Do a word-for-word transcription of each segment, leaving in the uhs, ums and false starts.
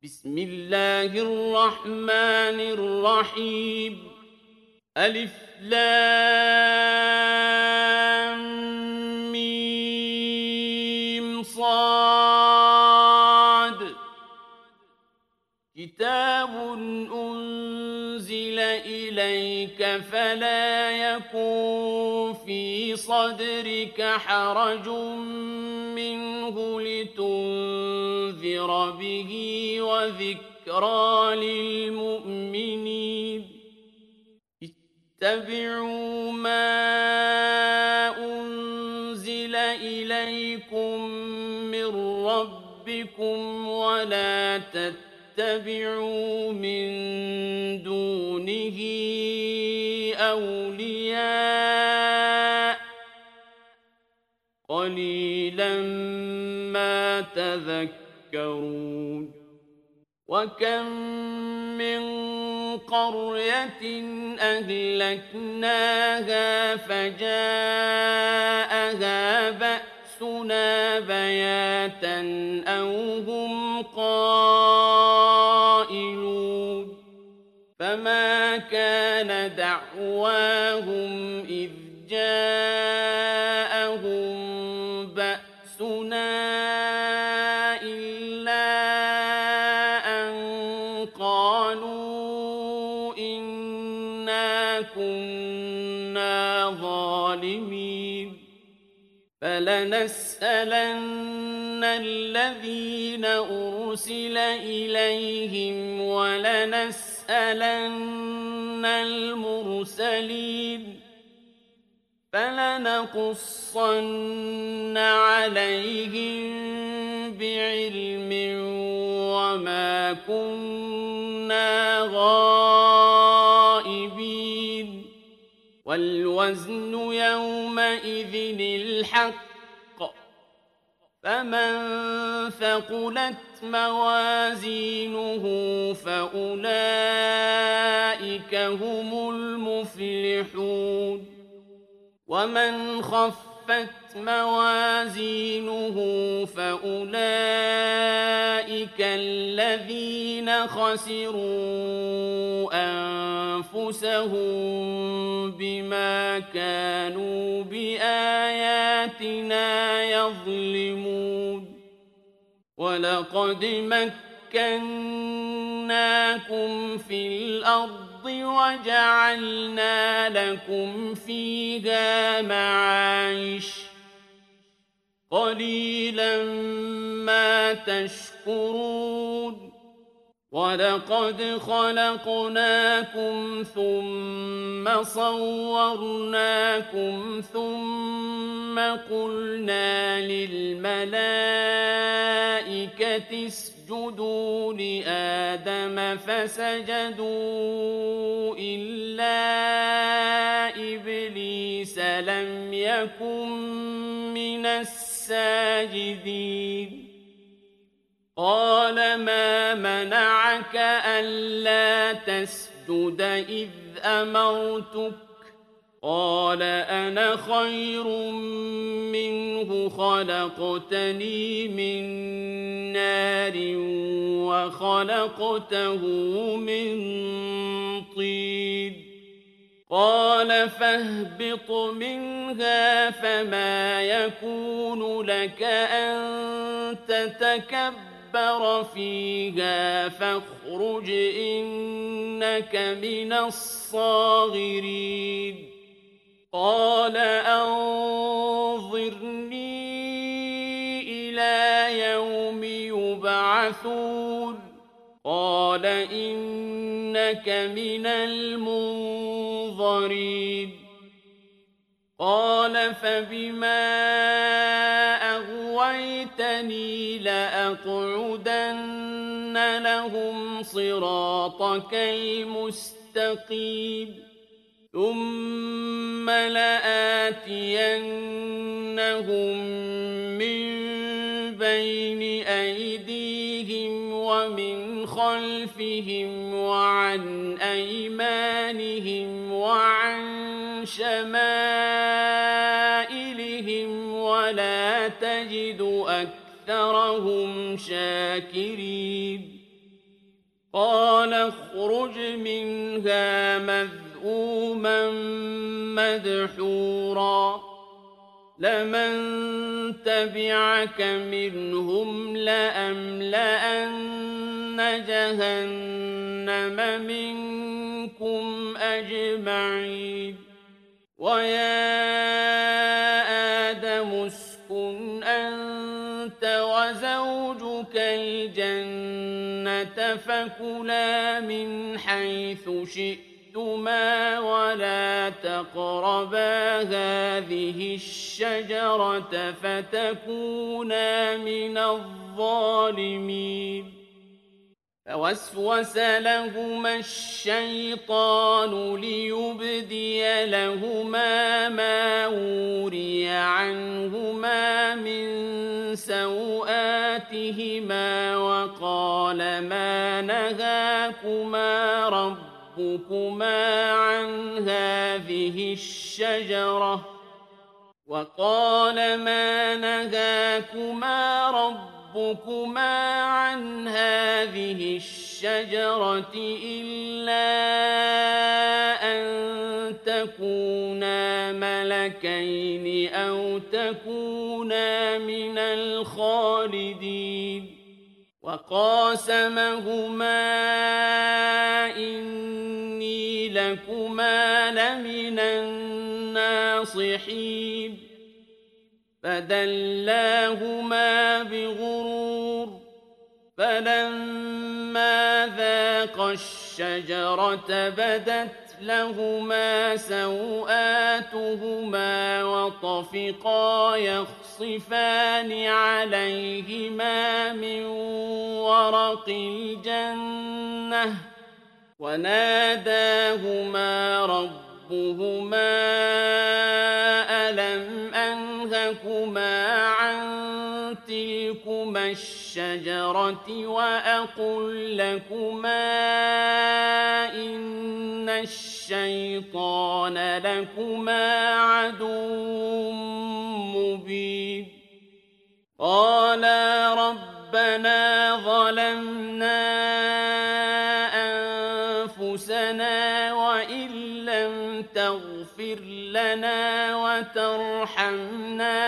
بسم الله الرحمن الرحيم ألف لام ميم صاد كتاب أنزل إليك فلا يكن في صدرك حرج منه لتنذر به وذكرى للمؤمنين اتبعوا ما أنزل إليكم من ربكم ولا تتبعوا من دونه أولياء قليلا ما تذكرون وكم من قرية أهلكناها فجاءها بأسنا بياتا أو هم قائلون فما كان دعواهم إذ جاءهم بأسنا إلا أن قالوا إنا كنا ظالمين فلنسألن الذين أرسل إليهم ولنسألن المرسلين فلنقصن عليهم بعلم وما كنا غائبين والوزن يومئذ الحق فمن ثقلت موازينه فأولئك هم المفلحون ومن خفت موازينه فأولئك الذين خسروا أنفسهم بما كانوا بآياتنا يظلمون ولقد مكناكم في الأرض وجعلنا لكم فيها معايش قليلا ما تشكرون ولقد خلقناكم ثم صورناكم ثم قلنا للملائكة اسجدوا لآدم فسجدوا إلا إبليس لم يكن من الساجدين قال ما منعك ألا تسجد إذ أمرتك قال أنا خير منه خلقتني من نار وخلقته من طين قال فاهبط منها فما يكون لك أن تتكبر فيها فاخرج إنك من الصاغرين قال أنظرني إلى يوم يبعثون قال إنك من المنظرين قال فبما أغويتني لأقعدن لهم صراطك المستقيم ثم لآتينهم من بين أيديهم ومن خلفهم وعن أيمانهم وعن شمائلهم ولا تجد أكثرهم شاكرين فاخرج منها مذءوما مدحورا لمن تبعك منهم لأملأن جهنم منكم أجمعين ويا آدم اسكن أنت وزوجك الجنة فكلا من حيث شئتما ولا تقربا هذه الشجرة فتكونا من الظالمين فوسوس لهما الشيطان ليبدي لهما ما وري عنهما من سوآتهما وقال ما نهاكما ربكما عن هذه الشجرة وقال ما نهاكما ربكما ربكما عن هذه الشجرة إلا أن تكونا ملكين أو تكونا من الخالدين وقاسمهما إني لكما لمن الناصحين فدلاهما بغرور فلما ذاقا الشجرة بدت لهما سوآتهما وطفقا يخصفان عليهما من ورق الجنة وناداهما ربهما ألم أنهكما عن تلكما الشجرة وأقل لكما إن الشيطان لكما عدو مبين قالا ربنا ظلمنا أنفسنا وإن لم تغفر لنا وترحمنا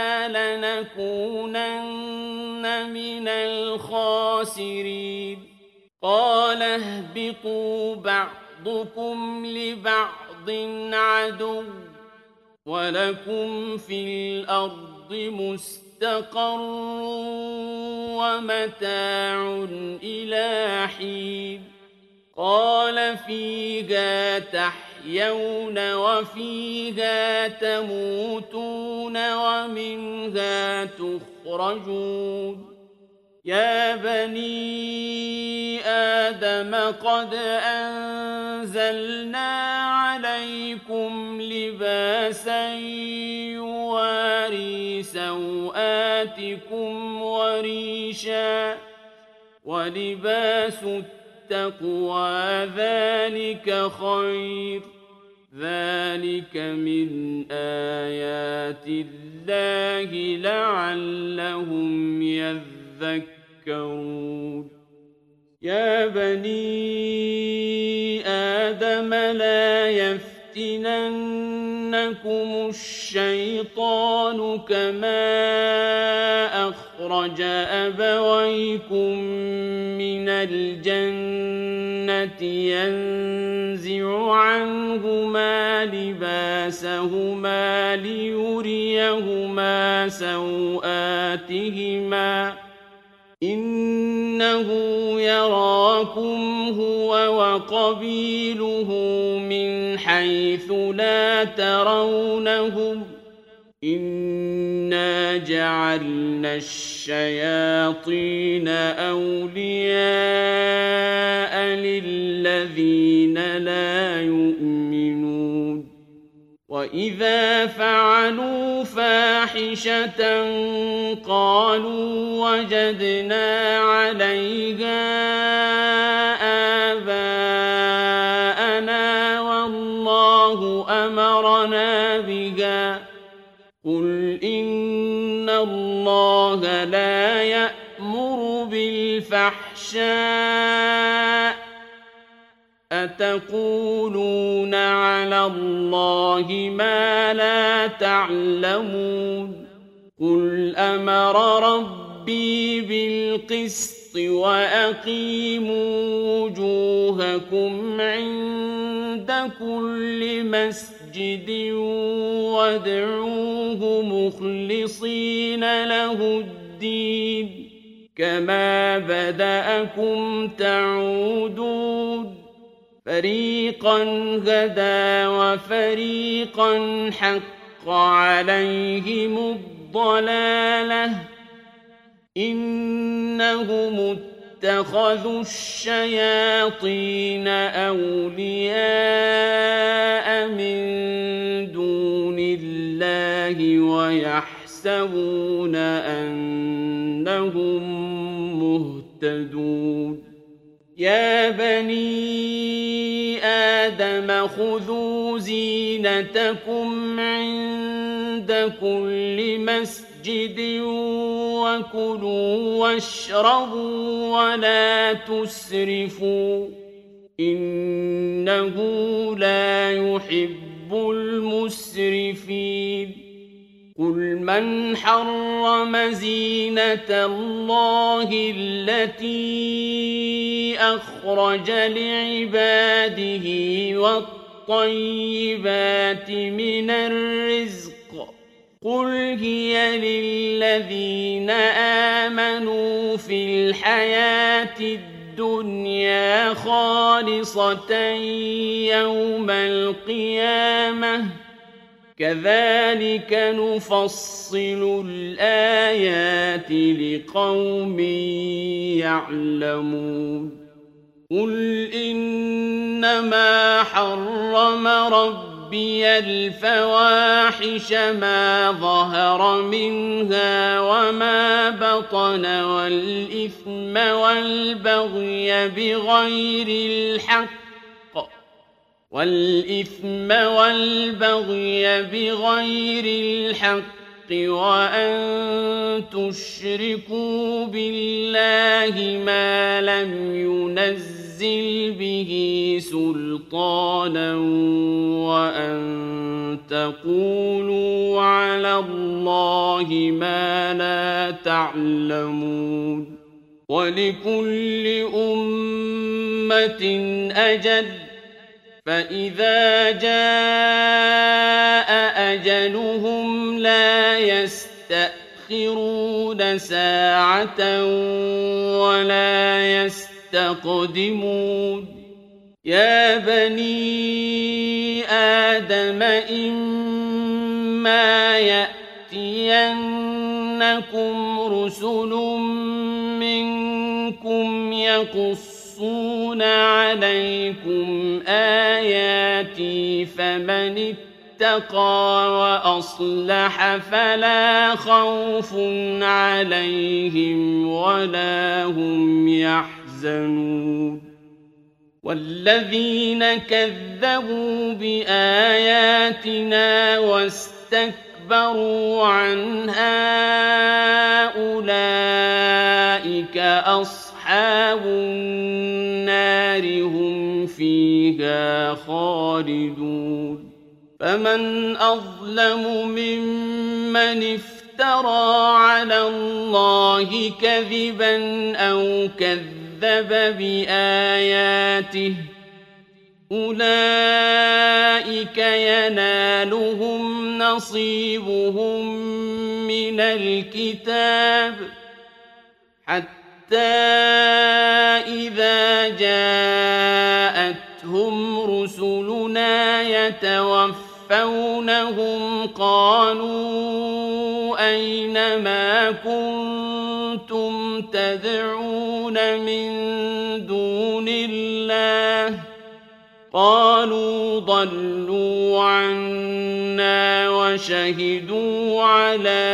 لنكونن من الخاسرين قال اهبطوا بعضكم لبعض عدو ولكم في الأرض مستقر ومتاع إلى حين قال فيها تحيون وفيها تموتون ومنها تخرجون يا بني آدم قد أنزلنا عليكم لباسا يواري سوآتكم وريشا ولباس التقوى ذلك خير ذلك من آيات الله لعلهم يذكرون يا بني آدم لا يفتننكم الشيطان كما أخرج أبويكم من الجنة ينزع عنهما لباسهما ليريهما سوآتهما إنه يراكم هو وقبيله من حيث لا ترونهم إنا جعلنا الشياطين أولياء للذين لا يؤمنون وإذا فعلوا فاحشة قالوا وجدنا عليها آباءنا والله أمرنا بها قل إن الله لا يأمر بالفحشاء أتقولون على الله ما لا تعلمون قل أمر ربي بالقسط وأقيموا وجوهكم عند كل مسجد وادعوه مخلصين له الدين كما بدأكم تعودون فريقا هدى وفريقا حق عليهم الضلالة إنهم اتخذوا الشياطين أولياء من دون الله ويحسبون أنهم مهتدون يا بني آدم خذوا زينتكم عند كل مسجد وكلوا واشربوا ولا تسرفوا إنه لا يحب المسرفين قل من حرم زينة الله التي أخرج لعباده والطيبات من الرزق قل هي للذين آمنوا في الحياة الدنيا خالصة يوم القيامة كذلك نفصل الآيات لقوم يعلمون قل إنما حرم ربي الفواحش ما ظهر منها وما بطن والإثم والبغي بغير الحق والإثم والبغي بغير الحق وأن تشركوا بالله ما لم ينزل به سلطانا وأن تقولوا على الله ما لا تعلمون ولكل أمة أجل فإذا جاء أجلهم لا يستأخرون ساعة ولا يستقدمون يا بني آدم إما يأتينكم رسل منكم يقصون يقصون عليكم آياتي فمن اتقى وأصلح فلا خوف عليهم ولا هم يحزنون والذين كذبوا بآياتنا واستكبروا عنها أولئك أصحاب أصحاب النار هم فيها خالدون فمن أظلم ممن افترى على الله كذبا أو كذب بآياته أولئك ينالهم نصيبهم من الكتاب حتى حتى إذا جاءتهم رسلنا يتوفونهم قالوا أين ما كنتم تدعون من دون الله قالوا ضلوا عنا وشهدوا على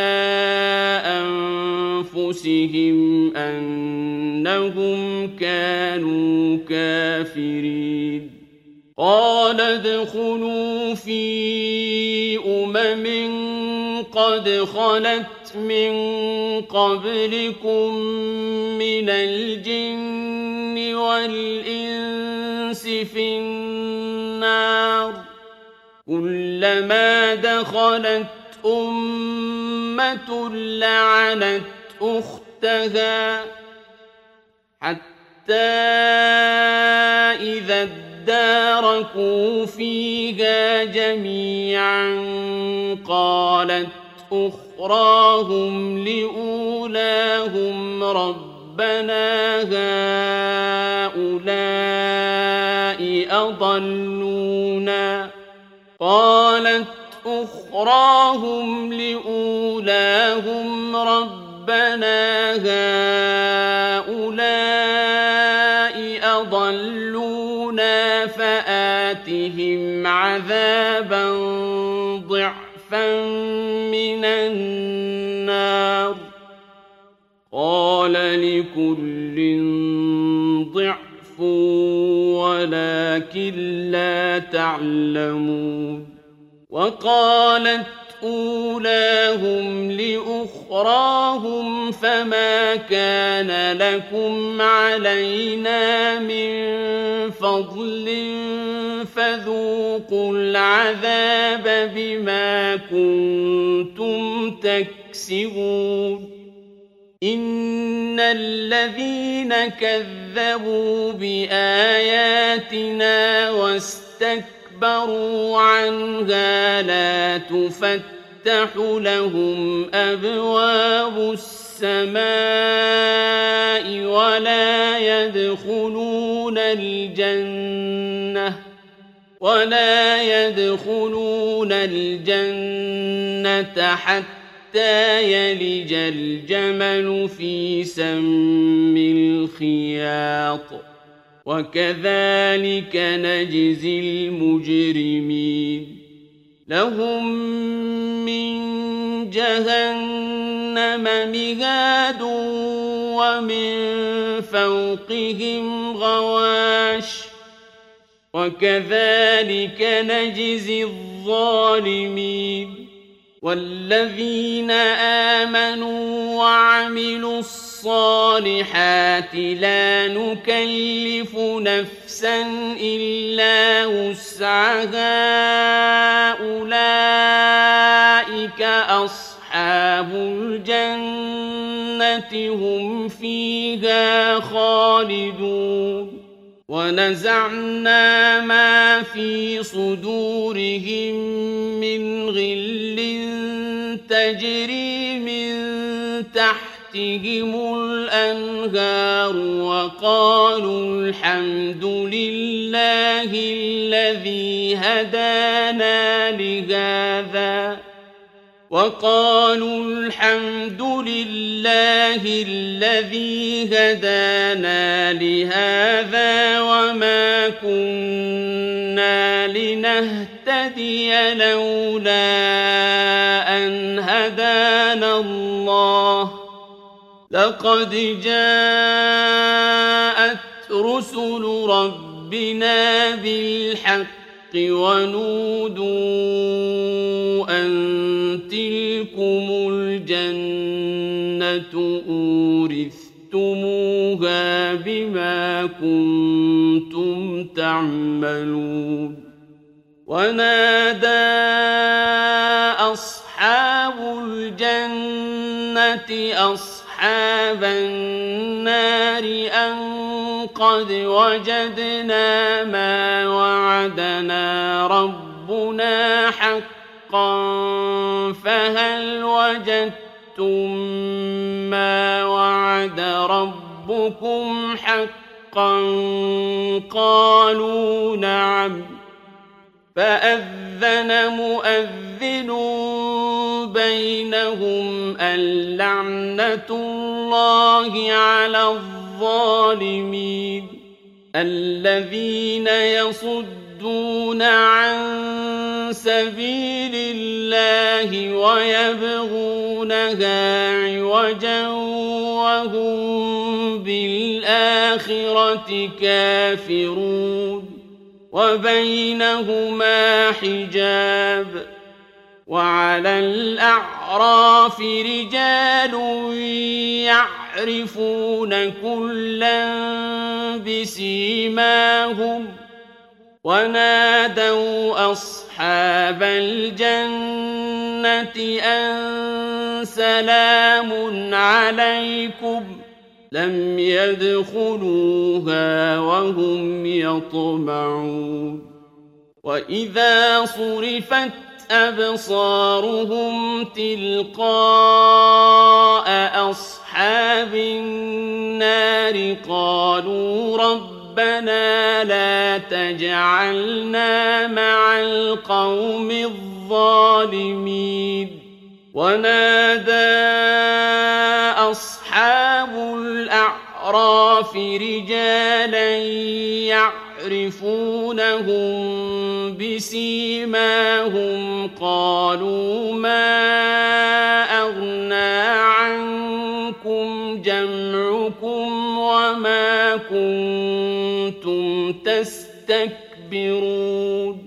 أنفسهم أنهم كانوا كافرين قال ادخلوا في أمم قد خلت من قبلكم من الجن والإنس في النار كلما دخلت أمة لعنت أختها حتى إذا اداركوا فيها جميعا قالت أخراهم لأولاهم ربنا هؤلاء أضلونا قالت أخراهم لأولاهم ربنا هؤلاء أضلونا فآتهم عذابا ضعفا من النار قال لكل ضعف ولكن لا تعلمون وقالت أولاهم لأخراهم فما كان لكم علينا من فضل فذوقوا العذاب بما كنتم تكسبون إن الذين كذبوا بآياتنا واستكبروا عنها لا تفتح لهم أبواب السماء ولا يدخلون الجنة ولا يدخلون الجنة حتى يلج الجمل في سم الخياط وكذلك نجزي المجرمين لهم من جهنم مهاد ومن فوقهم غواش وكذلك نجزي الظالمين والذين آمنوا وعملوا الصالحات لا نكلف نفسا إلا وسعها أولئك أصحاب الجنة هم فيها خالدون ونزعنا ما في صدورهم من غل تجري من تحتهم الأنهار وقالوا الحمد لله الذي هدانا لهذا وقالوا الحمد لله الذي هدانا لهذا وما كنا لنهتدي لولا أن هدانا الله لقد جاءت رسل ربنا بالحق ونودوا أن تلكم الجنة أورثتموها بما كنتم تعملون ونادى أصحاب الجنة أصحاب النار أن قد وجدنا ما وعدنا ربنا حقا فهل وجدتم ما وعد ربكم حقا قالوا نعم فأذن مؤذن بينهم اللعنة الله على الظالمين الذين يصدون عن سبيل الله ويبغونها عوجا وهم بالآخرة كافرون وبينهما حجاب وعلى الأعراف رجال يعرفون كلا بسيماهم ونادوا أصحاب الجنة أن سلام عليكم لم يدخلوها وهم يطمعون وإذا صرفت أبصارهم تلقاء أصحاب النار قالوا ربنا لا تجعلنا مع القوم الظالمين ونادى أصحاب الأعراف رجالا يعرفونهم بسيماهم قالوا ما أغنى عنكم جمعكم وما كنتم تستكبرون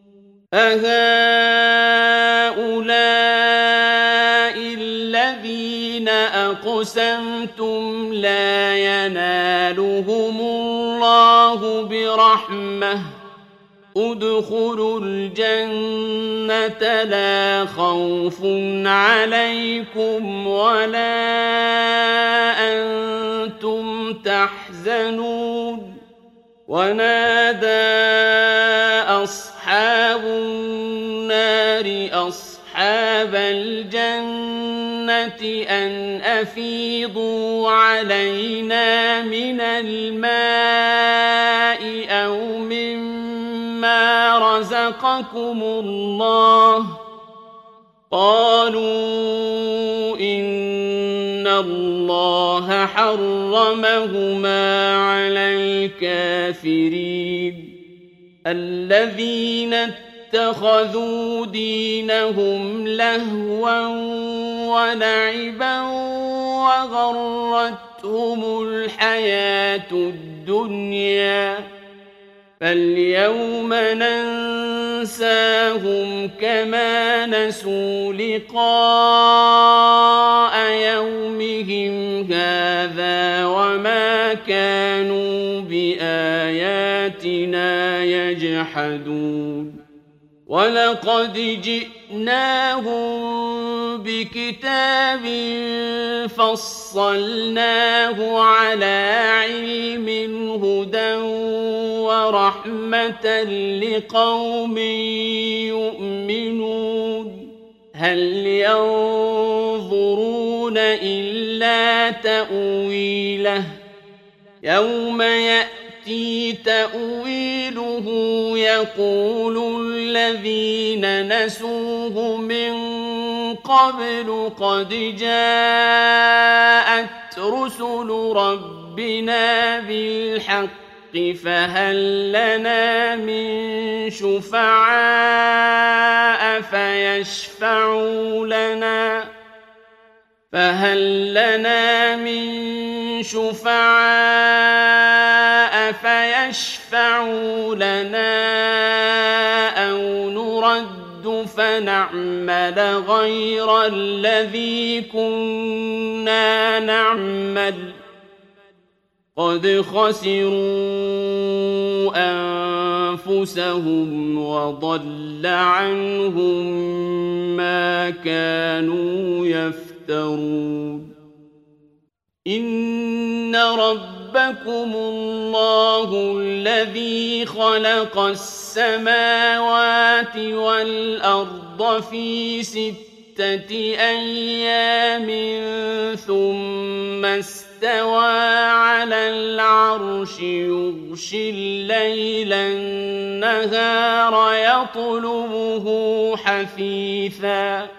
أهؤلاء الذين أقسمتم لا ينالهم الله برحمة ادخلوا الجنة لا خوف عليكم ولا أنتم تحزنون ونادى أصحاب النار أصحاب الجنة أن أفيضوا علينا من الماء أو مما رزقكم الله قالوا إن الله حرمهما على الكافرين الذين اتخذوا دينهم لهوا ولعبا وغرتهم الحياة الدنيا فاليوم ننساهم كما نسوا لقاء يومهم هذا وما كانوا بآياتنا يجحدون ولقد جئناهم بكتاب فصلناه على علم هدى ورحمة لقوم يؤمنون هل ينظرون إلا تأويله يوم يأتي تأويله يقول الذين نسوه من قبل قد جاءت رسل ربنا بالحق فهل لنا من شفعاء فيشفعوا لنا فهل لنا من شفعاء فيشفعوا لنا أو نرد فنعمل غير الذي كنا نعمل قد خسروا أنفسهم وضل عنهم ما كانوا يفترون إن ربكم الله الذي خلق السماوات والأرض في ستة أيام ثم استوى على العرش يغشي الليل النهار يطلبه حثيثا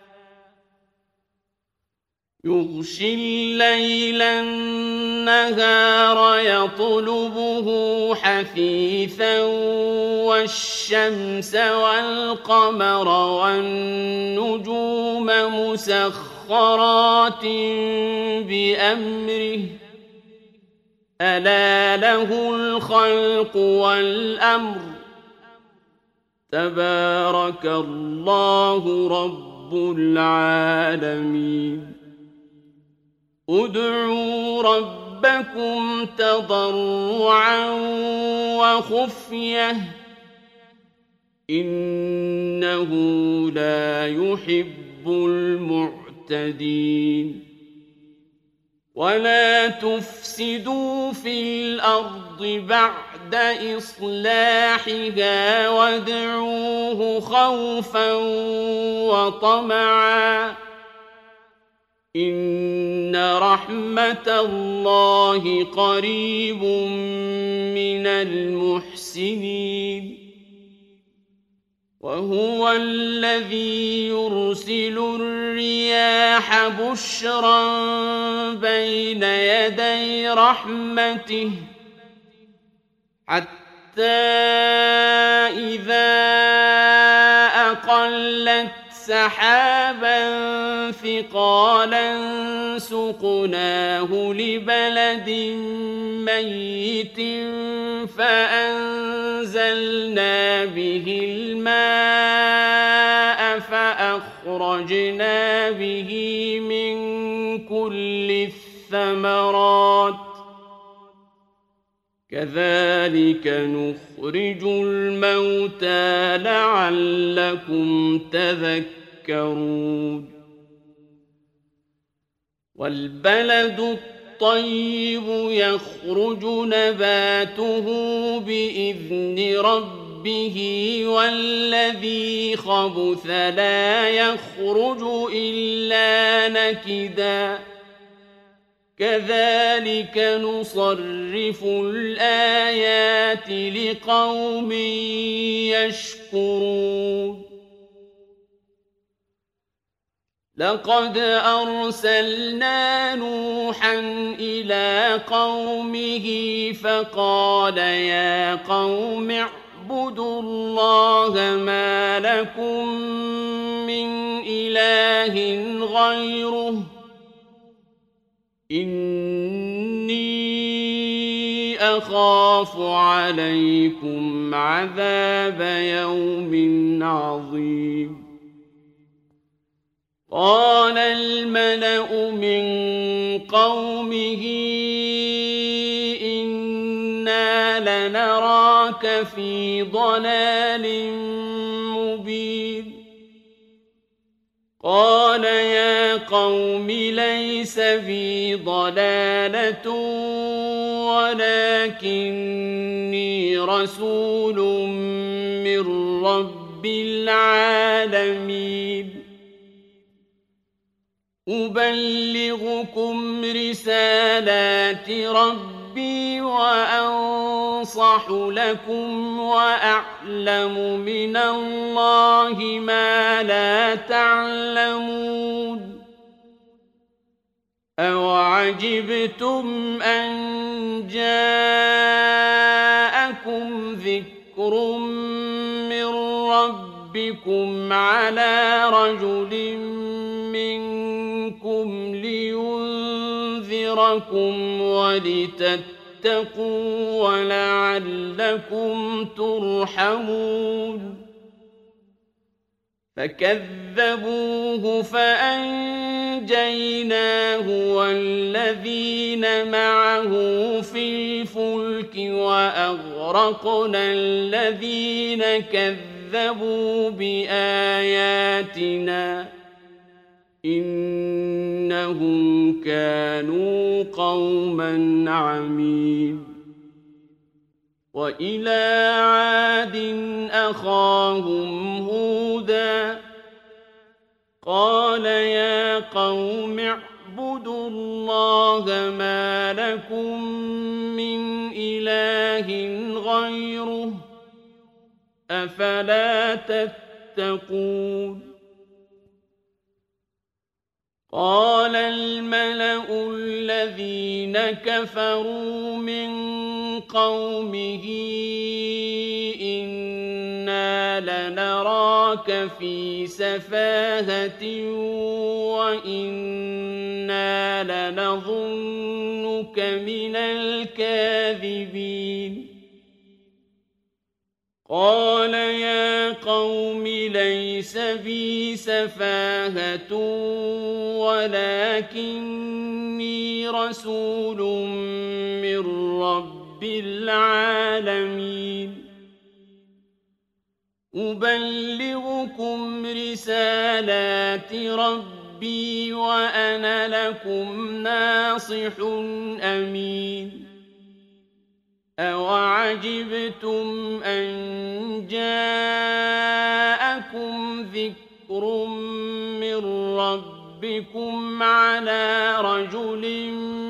يغشي الليل النهار يطلبه حثيثا والشمس والقمر والنجوم مسخرات بأمره ألا له الخلق والأمر تبارك الله رب العالمين ادعوا ربكم تضرعا وخفية إنه لا يحب المعتدين ولا تفسدوا في الأرض بعد إصلاحها وادعوه خوفا وطمعا إن رحمة الله قريب من المحسنين وهو الذي يرسل الرياح بشرا بين يدي رحمته حتى إذا أقلت سحابا ثقالا سقناه لبلد ميت فأنزلنا به الماء فأخرجنا به من كل الثمرات كذلك نخرج الموتى لعلكم تذكرون والبلد الطيب يخرج نباته بإذن ربه والذي خبث لا يخرج إلا نكدا كذلك نصرف الآيات لقوم يشكرون لقد أرسلنا نوحا إلى قومه فقال يا قوم اعبدوا الله ما لكم من إله غيره إني أخاف عليكم عذاب يوم عظيم قال الملأ من قومه إنا لنراك في ضلال مبين قال يا قوم ليس بي ضلالة ولكني رسول من رب العالمين أبلغكم رسالات ربي وأنصح لكم وأعلم من الله ما لا تعلمون أوعجبتم أن جاءكم ذكر من ربكم على رجل منكم لينذركم ولتتقوا ولعلكم ترحمون فكذبوه فأنجيناه والذين معه في الفلك وأغرقنا الذين كذبوا بآياتنا إنهم كانوا قوما عمين وإلى عاد أخاهم هودا قال يا قوم اعبدوا الله ما لكم من إله غيره أفلا تتقون قال الملأ الذين كفروا من قومه إنا لنراك في سفاهة وإنا لنظنك من الكاذبين قال يا قوم ليس بي سفاهة ولكني رسول من رب العالمين أبلغكم رسالات ربي وأنا لكم ناصح أمين أوعجبتم أن جاءكم ذكر من ربكم على رجل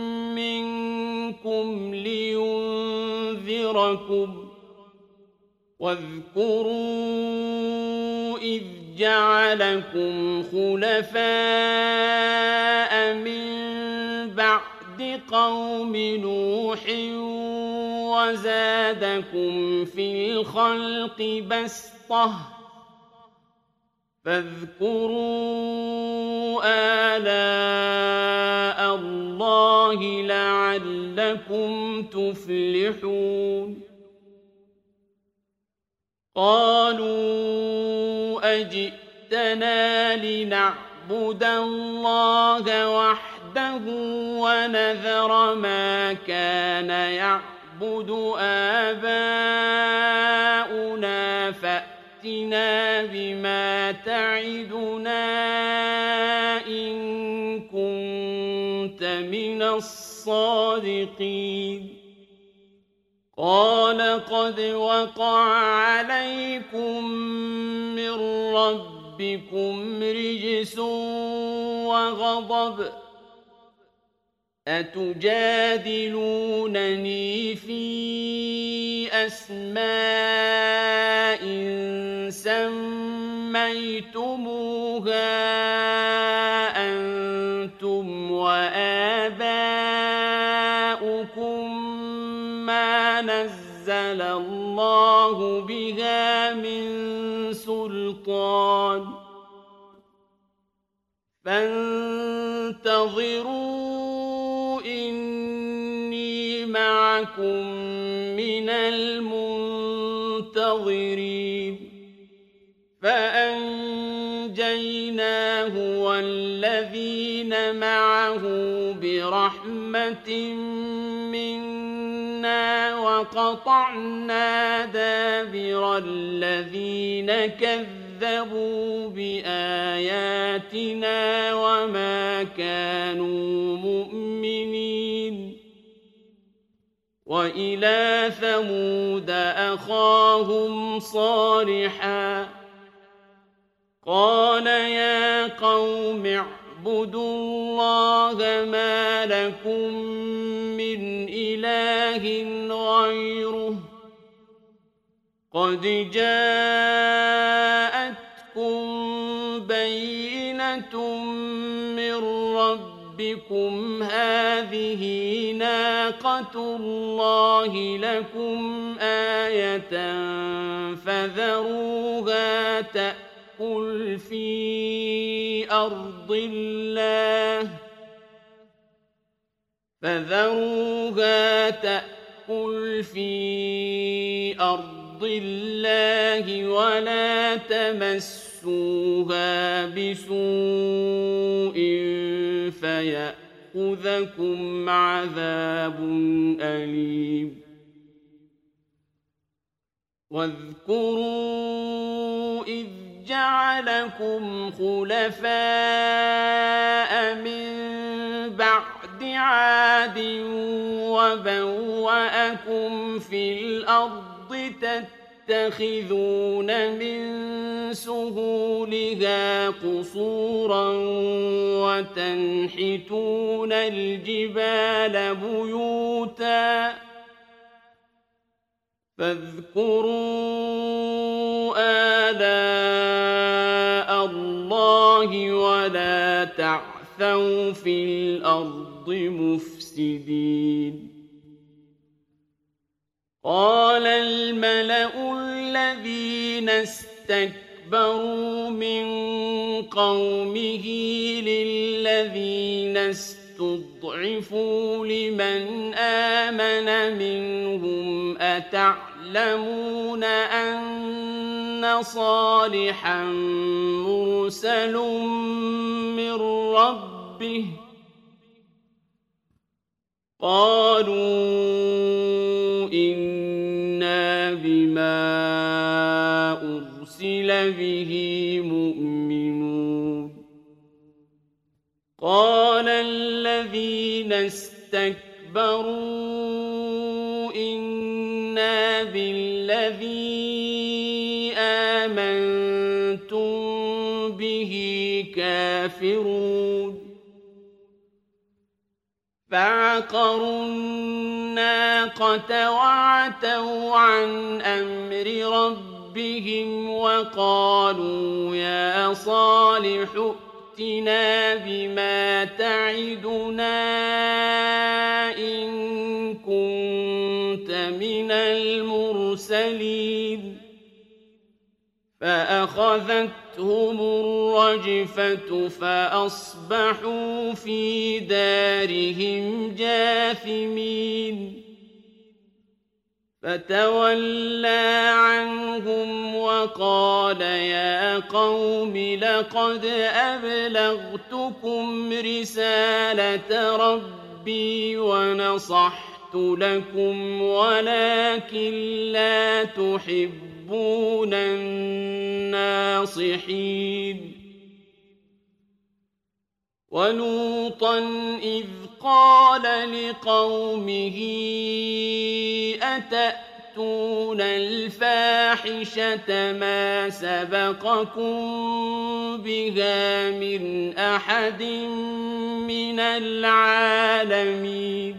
منكم لينذركم واذكروا إذ جعلكم خلفاء من بعد قوم نوح وزادكم في الخلق بسطة فاذكروا آلاء الله لعلكم تفلحون قالوا أجئتنا لنعبد الله وحده ونذر ما كان يعبد آباؤنا فأتنا بما تعدنا إن كنت من الصادقين قال قد وقع عليكم من ربكم رجس وغضب أتجادلونني في أسماء سميتموها أنتم وآباؤكم ما نزل الله بها من سلطان فانتظروا إني معكم من المنتظرين فأنجيناه والذين معه برحمة منا وقطعنا دابر الذين كذبوا بآياتنا وما كانوا مؤمنين وإلى ثمود أخاهم صالحا قال يا قوم اعبدوا الله ما لكم من إله غيره قد جاءتكم بينة من ربكم هذه ناقة الله لكم آية فذروها تأكل في أرض الله فذروها تأكل في أرض الله ولا تمسوها بسوء فيأخذكم عذاب أليم واذكروا إذ جعلكم خلفاء من بعد عاد وبوأكم في الأرض تتخذون من سهولها قصورا وتنحتون الجبال بيوتا فاذكروا آلاء الله ولا تعثوا في الأرض مفسدين قال الملأ الذين استكبروا من قومه للذين استضعفوا لمن آمن منهم أتعلمون أن صالحا مرسل من ربه قالوا إنا بما أرسل به مؤمنون قال الذين استكبروا إنا بالذي آمنتم به كافرون فعقروا الناقة وعتوا عن أمر ربهم وقالوا يا صالح ائتنا بما تعدنا إن كنت من المرسلين فأخذتهم الرجفة فأصبحوا في دارهم جاثمين فتولى عنهم وقال يا قوم لقد أبلغتكم رسالة ربي ونصحت لكم ولكن لا تحبون الناصحين ولوطا إذ قال لقومه أتأتون الفاحشة ما سبقكم بها من أحد من العالمين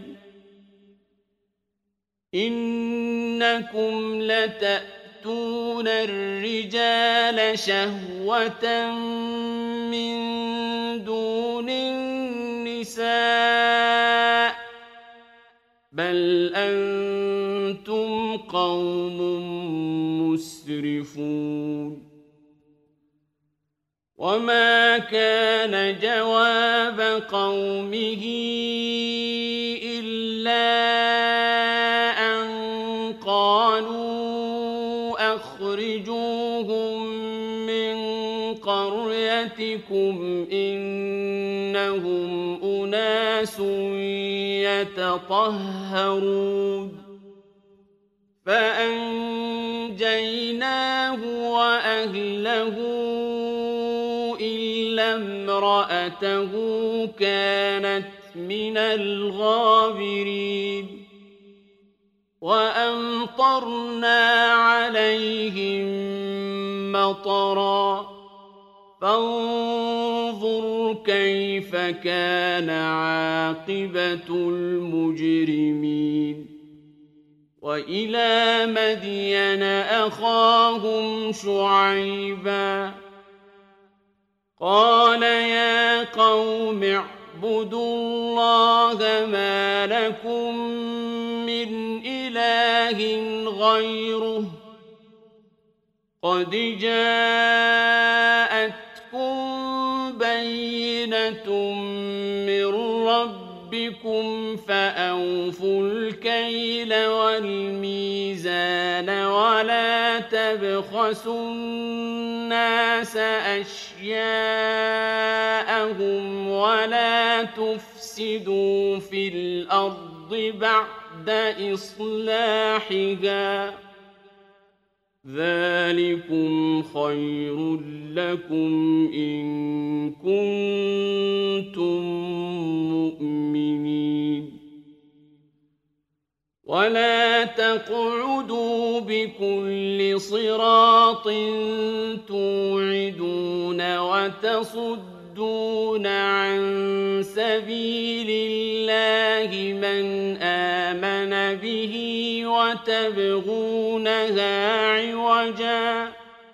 إنكم لتأتون الرجال شهوة من دون النساء بل أنتم قوم مسرفون وما كان جواب قومه إلا أن قالوا أخرجوهم من قريتكم إنهم أناس يتطهرون فأنجيناه وأهله إلا امرأته كانت من الغابرين وأمطرنا عليهم مطرا فانظر كيف كان عاقبة المجرمين وإلى مدين أخاهم شعيبا قال يا قوم اعبدوا الله ما لكم من إله غيره قد جاءتكم بينة من ربكم فأوفوا الكيل والميزان ولا تبخسوا الناس أشياءهم ولا تفسدوا في الأرض بعد إصلاحها ذلكم خير لكم إن كنتم مؤمنين ولا تقعدوا بكل صراط توعدون وتصدون عن سبيل الله من آمن به وتبغونها عوجا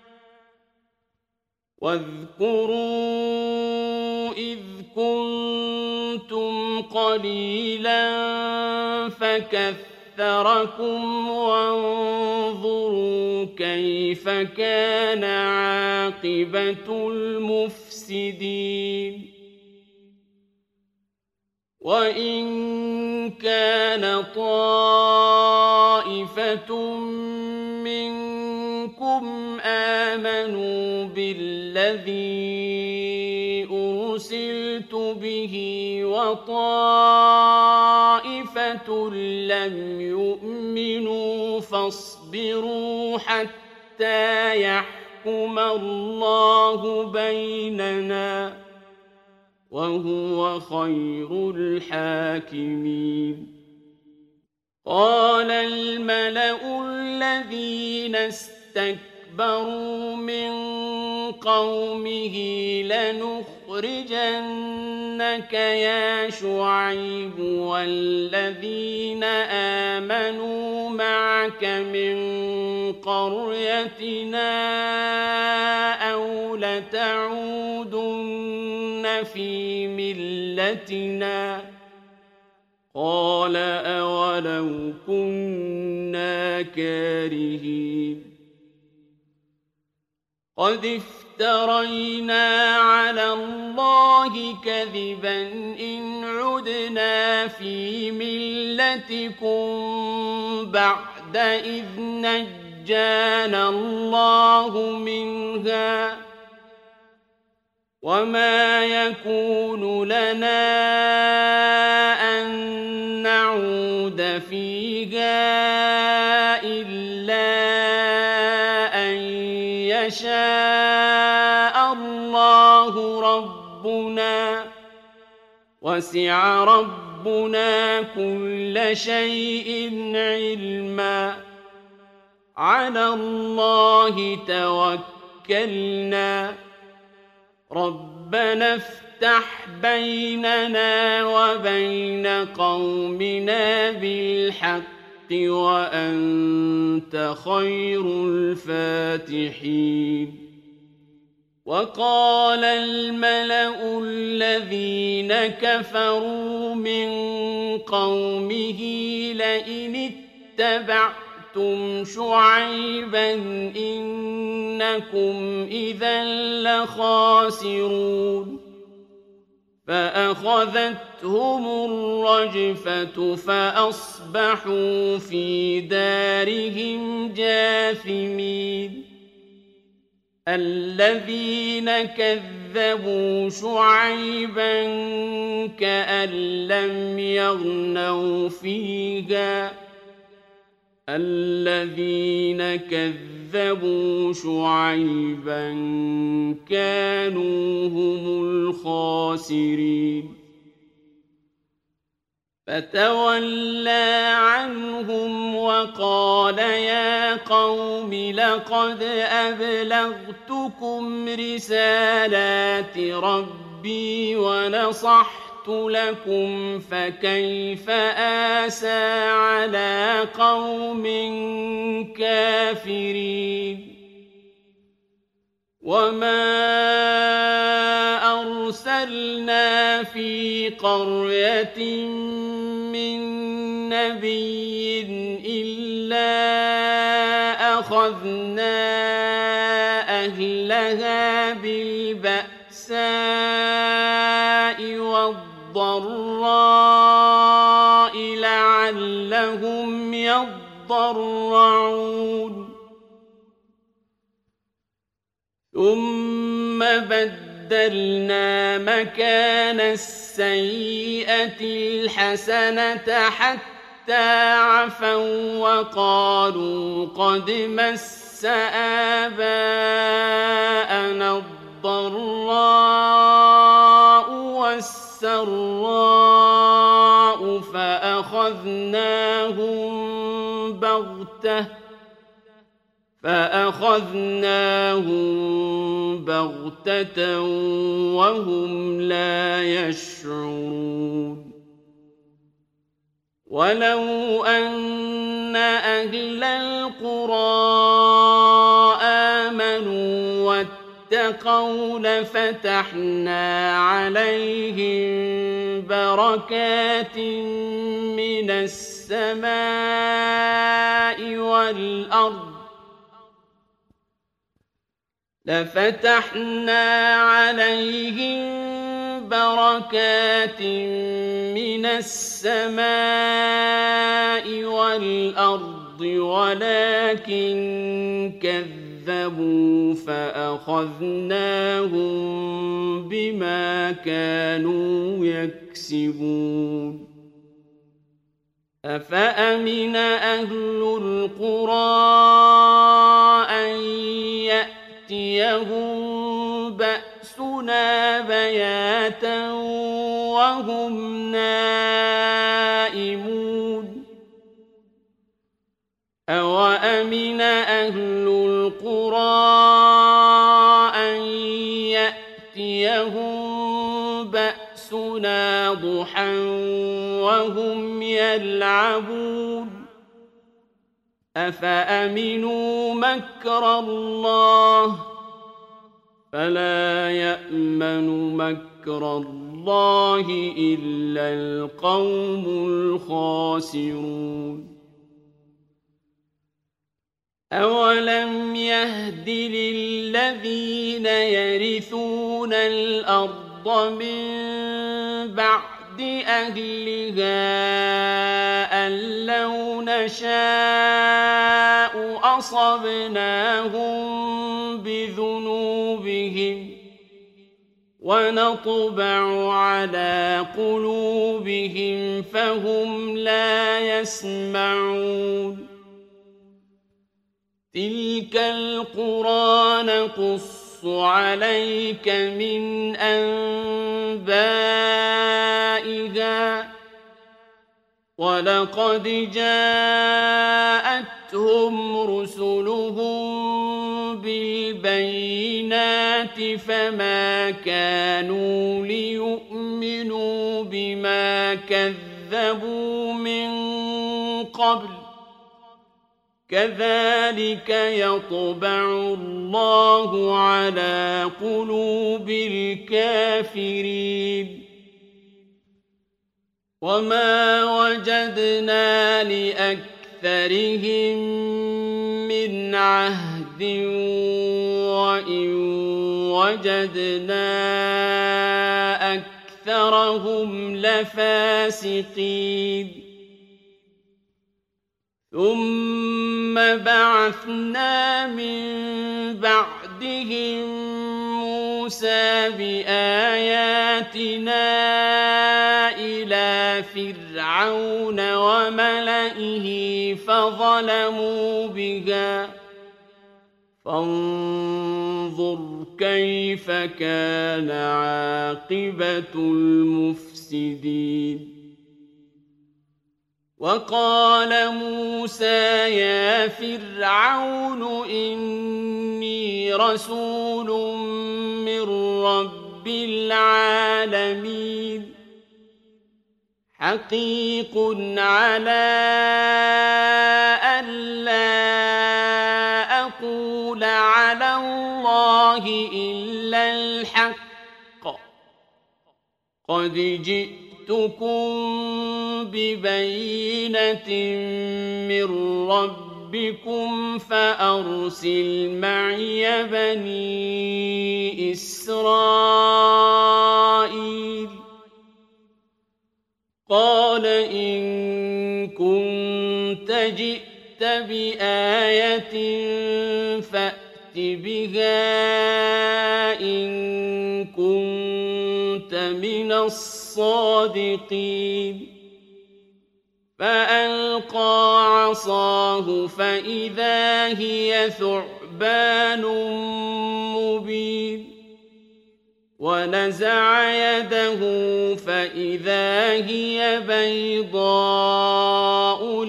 واذكروا إذ كنتم قليلا فكثركم وانظروا كيف كان عاقبة المفسدين وإن كان طائفة منكم آمنوا بالذي أرسلت به وطائفة لم يؤمنوا فاصبروا حتى يحكم يحكم الله بيننا وهو خير الحاكمين. قال الملأ الذين استكبروا من قومه لنخرجنك يا شعيب والذين آمنوا معك من قريتنا أو لتعودن في ملتنا قال أولو كنا كارهين. قد افترينا على الله كذبا إن عدنا في ملتكم بعد إذ نجانا الله منها وما يكون لنا أن نعود فيها إلا أن يشاء الله ربنا وسع ربنا كل شيء علما على الله توكلنا ربنا افتح بيننا وبين قومنا بالحق وأنت خير الفاتحين. وقال الملأ الذين كفروا من قومه لئن اتبعتم شعيبا إنكم إذا لخاسرون. فأخذتهم الرجفة فأصبحوا في دارهم جاثمين. الذين كذبوا شعيبا كأن لم يغنوا فيها الذين كذبوا شعيبا كانوا هم الخاسرين. فتولى عنهم وقال يا قوم لقد أبلغتكم رسالات ربي ونصحت لكم فكيف آسى على قوم كافرين. وما أرسلنا في قرية من نبي إلا أخذنا أهلها بالبأساء والضراء لعلهم يضرعون. ثم بدلنا مكان السيئة الحسنة حتى عفوا وقالوا قد مس آباءنا الضراء والسراء فأخذناهم بغتة فأخذناهم بغتة وهم لا يشعرون. ولو أن أهل القرى آمنوا واتقوا لفتحنا عليهم بركات من السماء والأرض لفتحنا عليهم بركات من السماء والأرض ولكن كذبوا فأخذناهم بما كانوا يكسبون. أفأمن أهل القرى أن يأتوا يأتيهم بأسنا بياتا وهم نائمون أوأمن أهل القرى أن يأتيهم بأسنا ضحى وهم يلعبون أفأمنوا مكر الله فلا يأمن مكر الله إلا القوم الخاسرون أولم يهد للذين يرثون الأرض من بعد أهلها أن لو نشاء أصبناهم بذنوبهم ونطبع على قلوبهم فهم لا يسمعون تلك القرى نقص عليك من أنبائها ولقد جاءتهم رسلهم بالبينات فما كانوا ليؤمنوا بما كذبوا من قبل كذلك يطبع الله على قلوب الكافرين وما وجدنا لأكثرهم من عهد وإن وجدنا أكثرهم لفاسقين ثم بعثنا من بعدهم موسى بآياتنا إلى فرعون وملئه فظلموا بها فانظر كيف كان عاقبة المفسدين وقال موسى يا فرعون إني رسول من رب العالمين حقيق على ألا أقول على الله إلا الحق قد جئتكم ببينة من ربكم فأرسل معي بني إسرائيل قال إن كنت جئت بآية فأت بها إن كنت من الصادقين فألقى عصاه فإذا هي ثعبان مبين ونزع يده فإذا هي بيضاء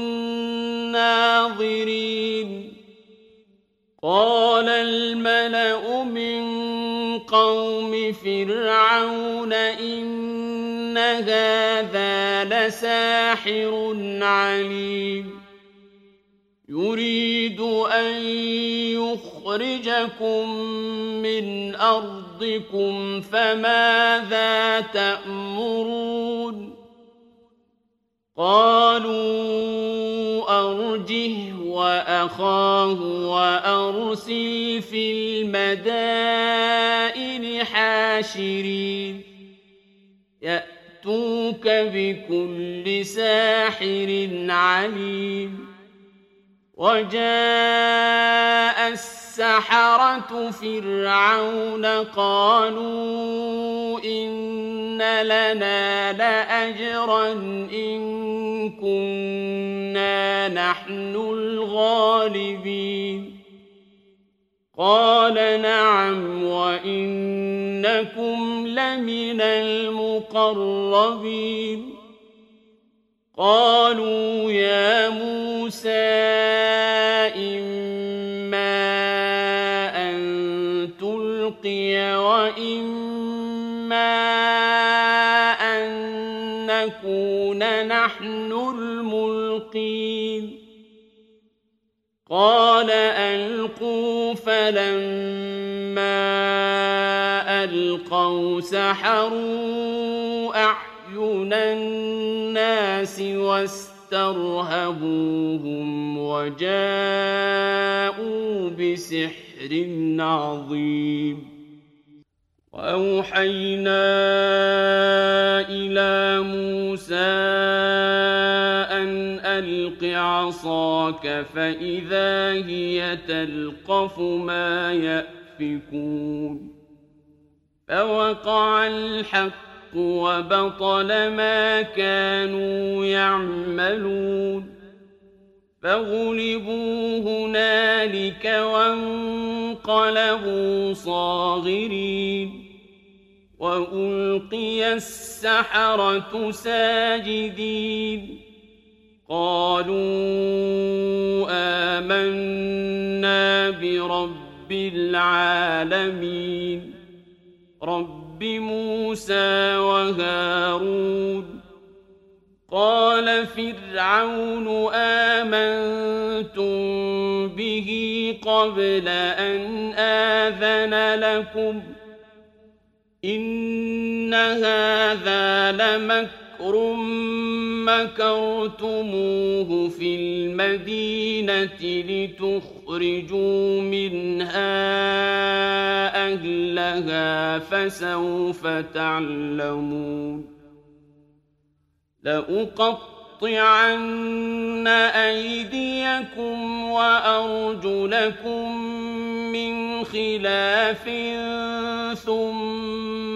للناظرين قال الملأ من قوم فرعون إن هذا لساحر عليم يريد أن يخرجكم من أرضكم فماذا تأمرون قالوا أرجه وأخاه وأرسل في المدائن حاشرين يأتوك بكل ساحر عليم وجاء السحرة فرعون قالوا إن لنا لأجرا إن كنا نحن الغالبين قال نعم وإنكم لمن المقربين قالوا يا موسى إما أن تلقي وإما أن نكون نحن الملقين قال ألقوا فلما ألقوا سحروا أعين الناس واسترهبوهم وجاءوا بسحر عظيم وأوحينا إلى موسى أن ألق عصاك فإذا هي تلقف ما يأفكون فوقع الحق وبطل ما كانوا يعملون فغلبوا هنالك وانقلبوا صاغرين وألقي السحرة ساجدين قالوا آمنا برب العالمين رب موسى وهارون قال فرعون آمنتم به قبل أن آذن لكم إن هذا لمكر مكرتموه في المدينة لتخرجوا منها أهلها فسوف تعلمون لأقطعن أيديكم وأرجلكم من خلاف ثم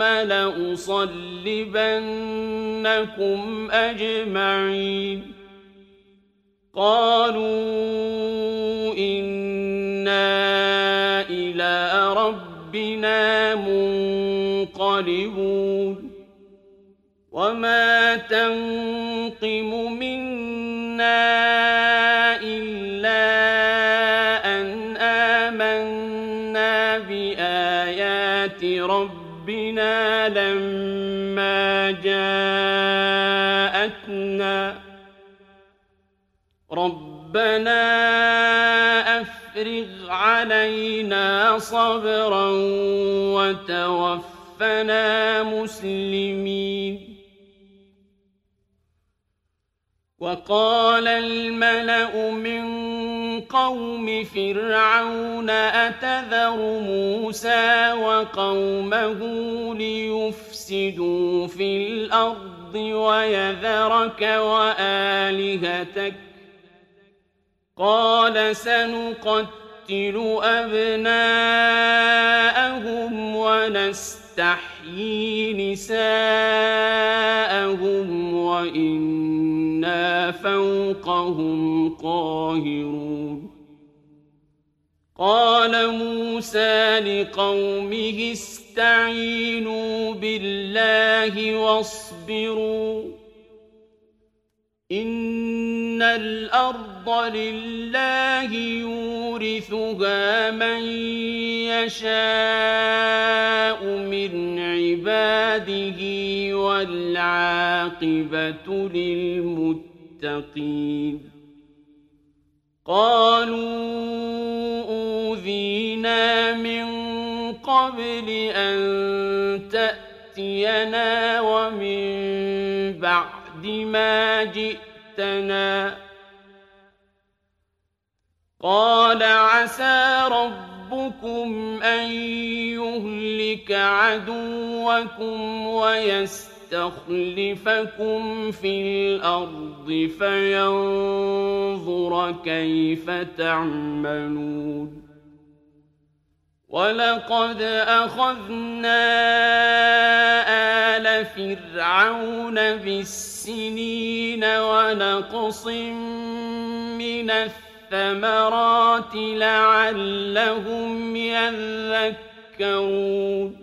لأصلبنكم أجمعين قالوا إنا إلى ربنا منقلبون وما تنقم منا إلا أن آمنا بآيات ربنا لما جاءتنا ربنا أفرغ علينا صبرا وتوفنا مسلمين وقال الملأ من قوم فرعون أتذر موسى وقومه ليفسدوا في الأرض ويذرك وآلهتك قال سنقتل أبناءهم ونستحيي نساءهم وإنا فوقهم قاهرون قال موسى لقومه استعينوا بالله واصبروا إن الأرض لله يورثها من يشاء من عباده والعاقبة للمتقين قالوا أوذينا من قبل أن تأتينا ومن بعد ما جئتنا قال عسى ربكم أن يهلك عدوكم ويستخلفكم في الأرض فينظر كيف تعملون ولقد أخذنا آل فرعون بالسنين ونقص من الثمرات الثمرات لعلهم يذكرون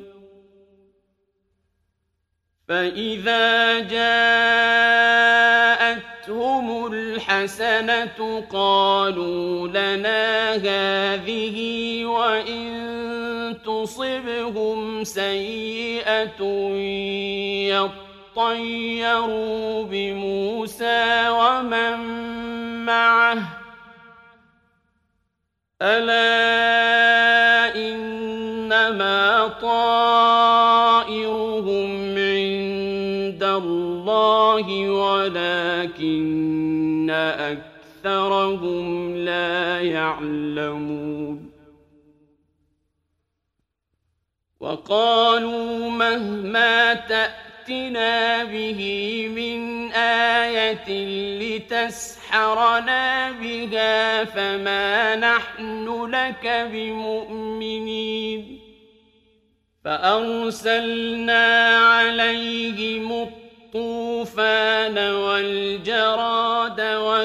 فإذا جاءتهم الحسنة قالوا لنا هذه وإن تصبهم سيئة يطيروا بموسى ومن معه ألا إنما طائرهم عند الله ولكن أكثرهم لا يعلمون وقالوا مهما تأتنا به من آية لتسحرنا بها فما نحن لك بمؤمنين فأرسلنا عليهم الطوفان والجراد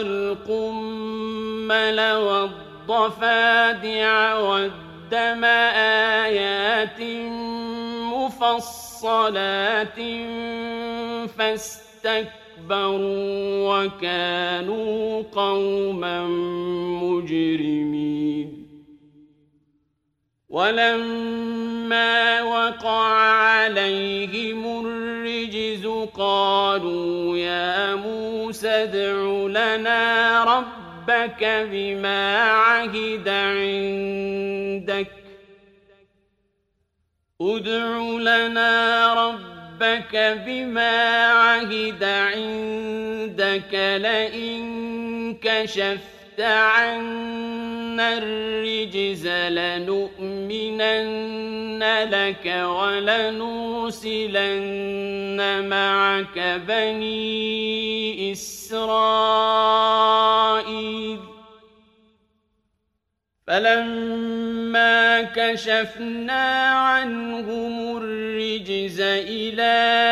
والقمل والضفادع والدم آيات مفصلات فاستكبروا وكانوا قوما مجرمين ولما وقع عليهم الرجز قالوا يا موسى ادع لنا ربك بما عهد عندك ادع لنا ربك بما عهد عندك لئن كشفت عنا الرجز لنؤمنن لك ولنرسلن معك بني إسرائيل فلما كشفنا عنهم الرجز إلى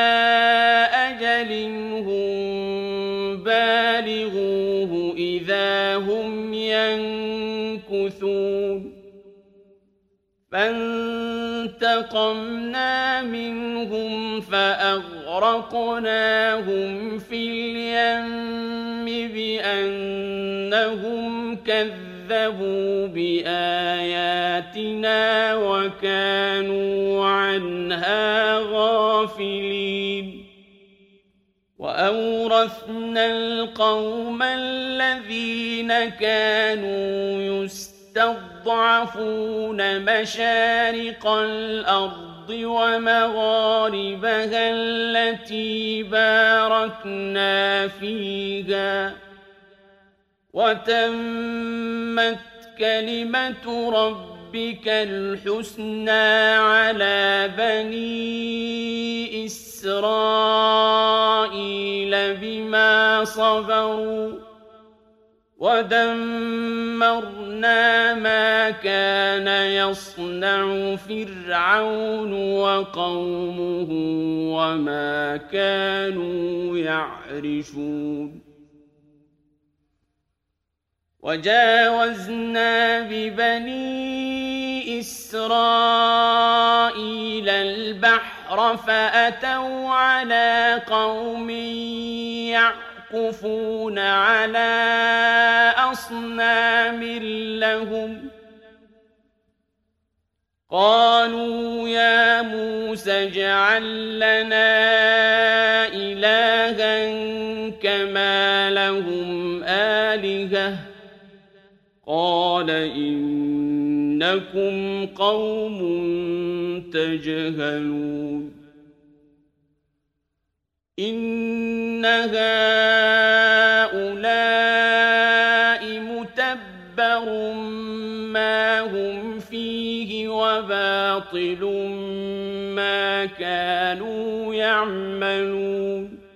أجل هم بالغوه إذا هم ينكثون فانتقمنا منهم فأغرقناهم في اليم بأنهم كذبوا بآياتنا وكانوا عنها غافلين وأورثنا القوم الذين كانوا يستضعفون مشارق الأرض ومغاربها التي باركنا فيها وتمت كلمة ربك الحسنى على بني إسرائيل بما صبروا ودمرنا ما كان يصنع فرعون وقومه وما كانوا يعرشون وجاوزنا ببني إسرائيل البحر فأتوا على قوم يعكفون على أصنام لهم قالوا يا موسى اجعل لنا إلها كما لهم آلهة قال إنكم قوم تجهلون إن هؤلاء متبر ما هم فيه وباطل ما كانوا يعملون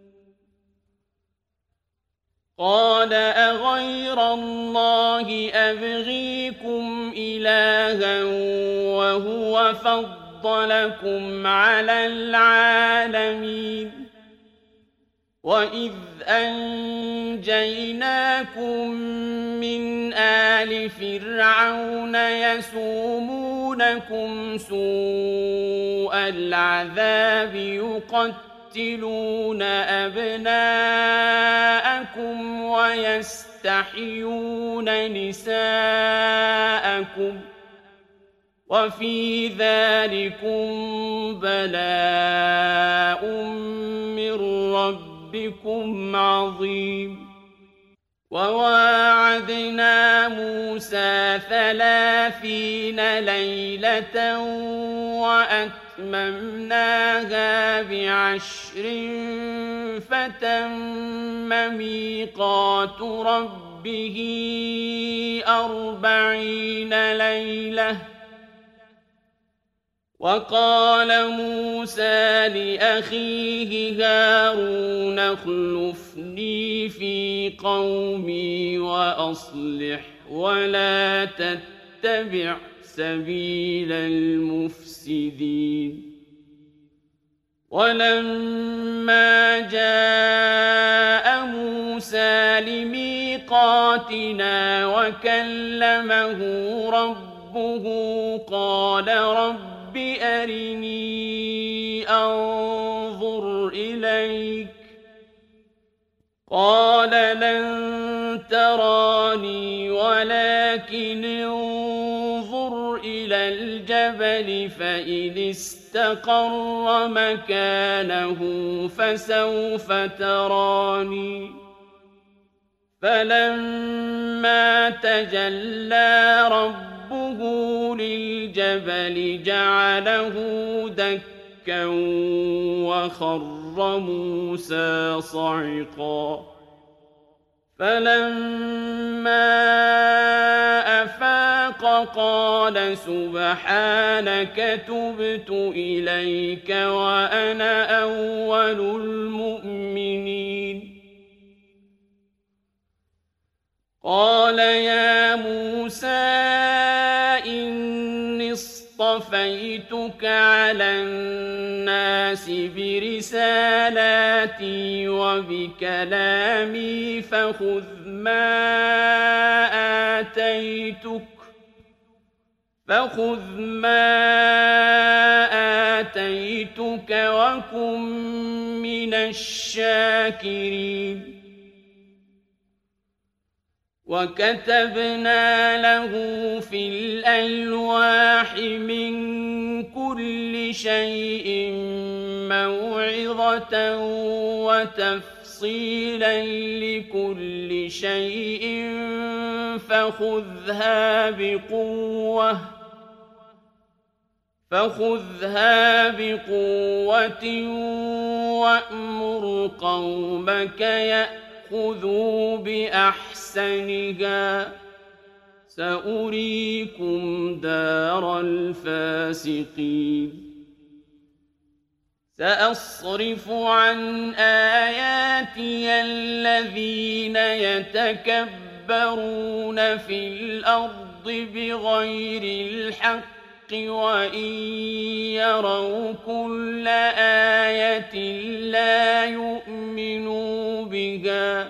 قال أغير الله أبغيكم إلها وهو فضلكم على العالمين وإذ أنجيناكم من آل فرعون يسومونكم سوء العذاب يقتلون أبناءكم ويستحيون نساءكم وفي ذلكم بلاء من ربكم عظيم. وواعدنا موسى ثلاثين ليلة وأتممناها بعشر فتم ميقات ربه أربعين ليلة. وقال موسى لأخيه هارون اخلفني في قومي وأصلح ولا تتبع سبيل المفسدين. ولما جاء موسى لميقاتنا وكلمه ربه قال رب أرني أنظر إليك قال لن تراني ولكن انظر إلى الجبل فإن استقر مكانه فسوف تراني. فلما تجلى ربه للجبل جعله دكا وخر موسى صعقا. فلما أفاق قال سبحانك تبت إليك وأنا أول المؤمنين. قال يا موسى إني اصطفيتك على الناس برسالاتي وبكلامي فخذ ما آتيتك فخذ ما آتيتك وكن من الشاكرين. وكتبنا له في الألواح من كل شيء موعظة وتفصيلا لكل شيء فخذها بقوة فخذها بقوة وأمر قومك يأخذوا بأحسنها سأريكم دار الفاسقين. سأصرف عن آياتي الذين يتكبرون في الأرض بغير الحق وإن يروا كل آية لا يؤمنوا بها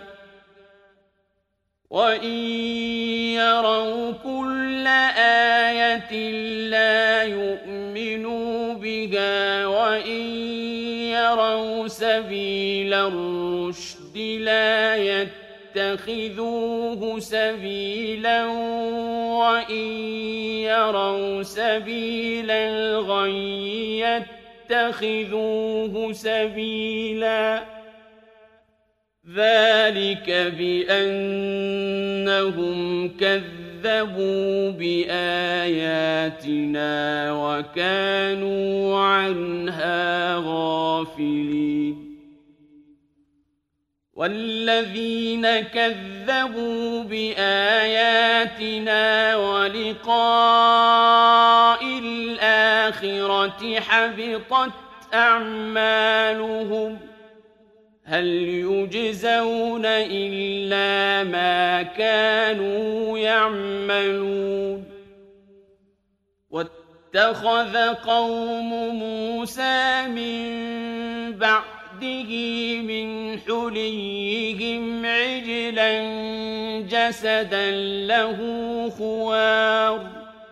وإن يروا كل آية لا يؤمنوا بها وإن يروا سبيل الرشد لا يتخذوه سبيلا وإن يروا سبيل الغي يتخذوه سبيلا. ذلك بأنهم كذبوا بآياتنا وكانوا عنها غافلين. والذين كذبوا بآياتنا ولقاء الآخرة حبطت أعمالهم هل يجزون إلا ما كانوا يعملون. واتخذ قوم موسى من بعد بعده من حليهم عجلا جسدا له خوار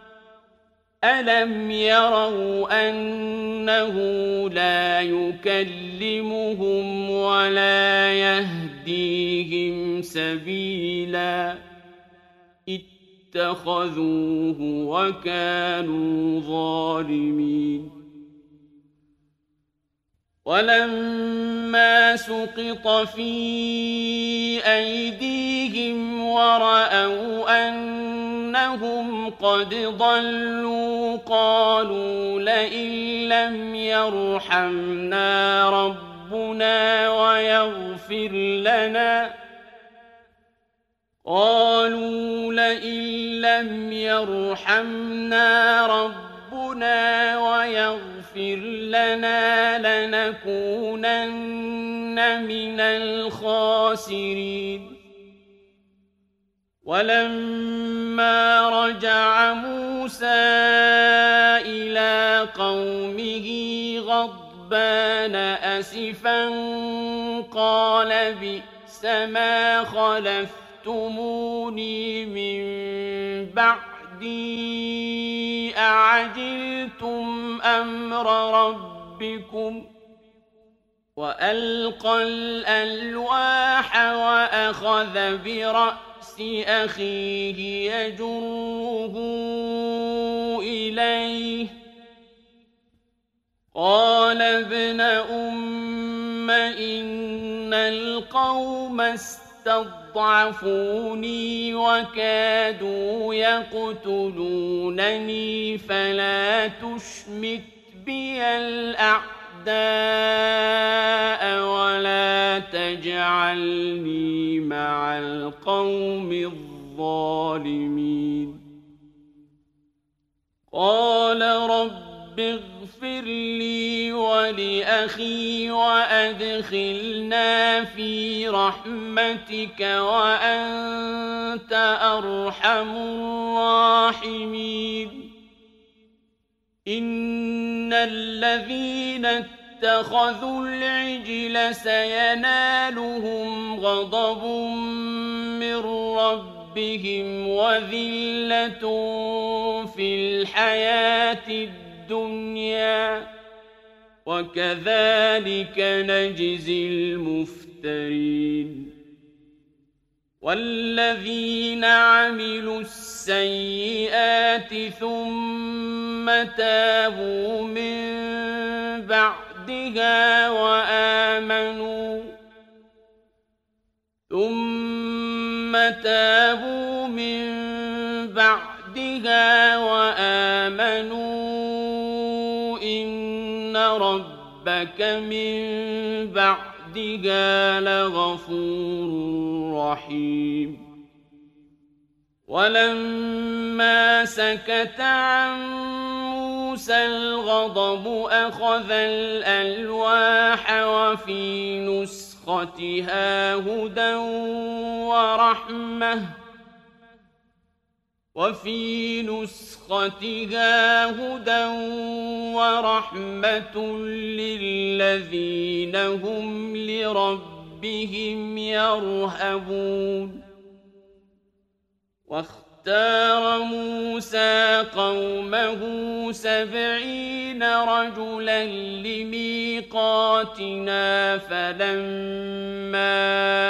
ألم يروا أنه لا يكلمهم ولا يهديهم سبيلا اتخذوه وكانوا ظالمين ولما سقط في أيديهم ورأوا أنهم قد ضلوا قالوا لئن لم يرحمنا ربنا ويغفر لنا قالوا لئن لم يرحمنا ربنا ويغفر لنا لنكونن من الخاسرين ولما رجع موسى إلى قومه غضبان أسفا قال بئس ما خلفتموني من بعدي أعجلتم أمر ربكم وألقى الألواح وأخذ برأس أخيه يجره إليه قال ابن أم إن القوم استضعفوني وكادوا يقتلونني فلا تشمت بي الأعداء ولا تجعلني مع القوم الظالمين قال رب اغفر لي ولأخي وأدخلنا في رحمتك وأنت أرحم الراحمين إن الذين اتخذوا العجل سينالهم غضب من ربهم وذلة في الحياة الدنيا وكذلك نجزي المفترين والذين عملوا السيئات ثم تابوا من بعدها وآمنوا ثم تابوا من بعدها وآمنوا إن ربك من بعدها لغفور رحيم ولما سكت عن موسى الغضب أخذ الألواح وفي نسختها هدى ورحمة وفي نسختها هدى ورحمة للذين هم لربهم يرهبون واختار موسى قومه سبعين رجلا لميقاتنا فلما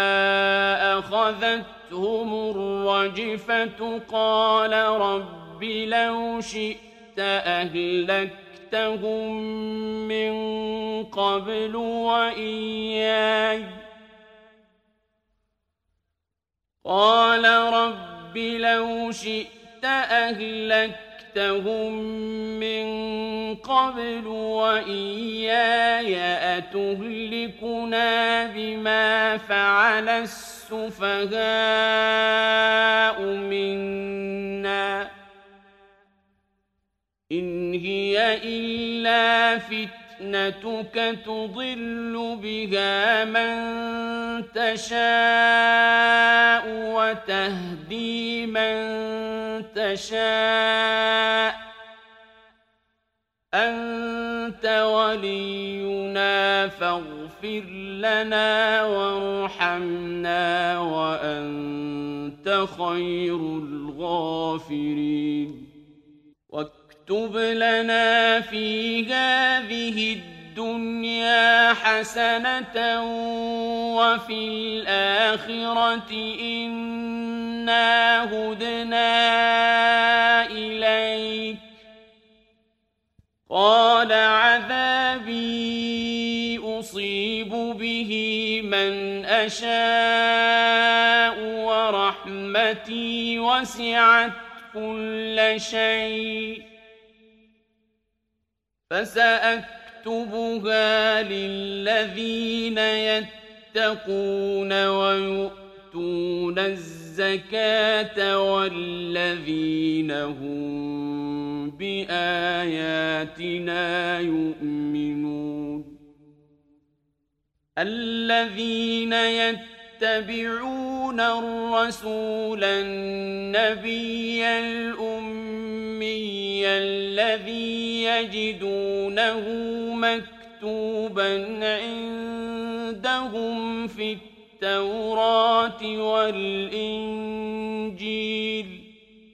أخذتهم الرجفة قال رب لو شئت أهلكتهم من قبل وإياي قال رب لو شئت أهلكتهم من قبل وإياي أتهلكنا بما فعل السفهاء منا إن هي إلا فتنتك تضل بها من تشاء وتهدي من تشاء أنت أنت ولينا فاغفر لنا وارحمنا وأنت خير الغافرين واكتب لنا في هذه الدنيا حسنة وفي الآخرة إنا هدنا إليك قال عذابي أصيب به من أشاء ورحمتي وسعت كل شيء فسأكتبها للذين يتقون ويؤتون الزكاة والذين هم بآياتنا يؤمنون الذين يتبعون الرسول النبي الأمي الذي يجدونه مكتوبا عندهم في التوراة والإنجيل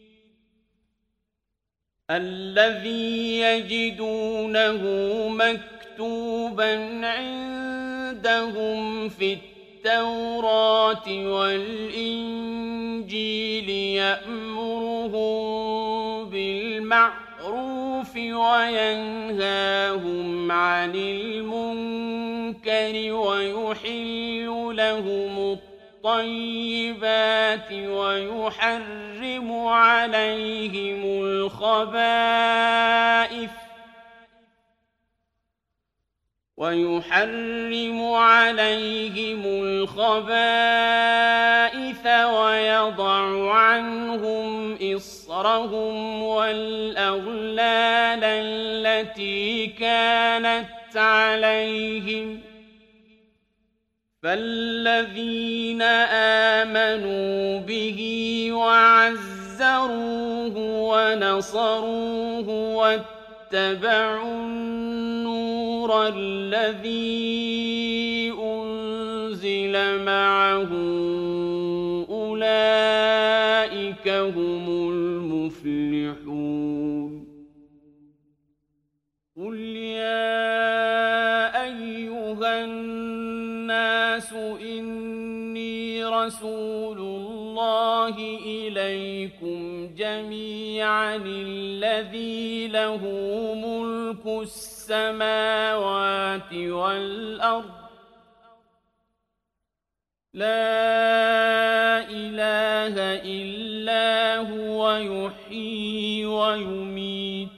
الذي يجدونه مكتوبا عندهم في التوراة والإنجيل يأمرهم بالمعروف وينهاهم عن المنكر ويحل لهم الطيبات ويحرم عليهم الخبائث ويحرم عليهم الخبائث ويضع عنهم إصرهم والأغلال التي كانت عليهم فالذين آمنوا به وعزروه ونصروه واتبعوا النور الذي أنزل معه أولئك هم المفلحون قل يا أيها الناس إني رسول الله إليكم جميعا الذي له ملك السماوات والأرض لا إله إلا هو يحيي ويميت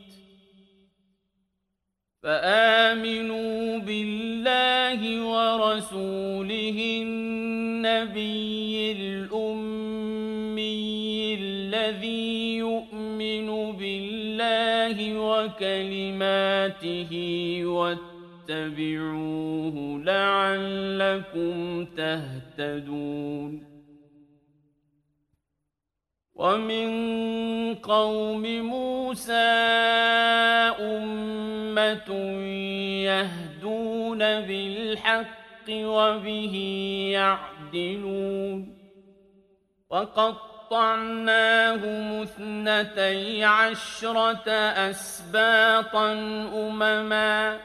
فآمنوا بالله ورسوله النبي الأمي الذي يؤمن بالله وكلماته واتبعوه لعلكم تهتدون ومن قوم موسى أمة يهدون بالحق وبه يعدلون وقطعناهم اثنتي عشرة أسباطا أمما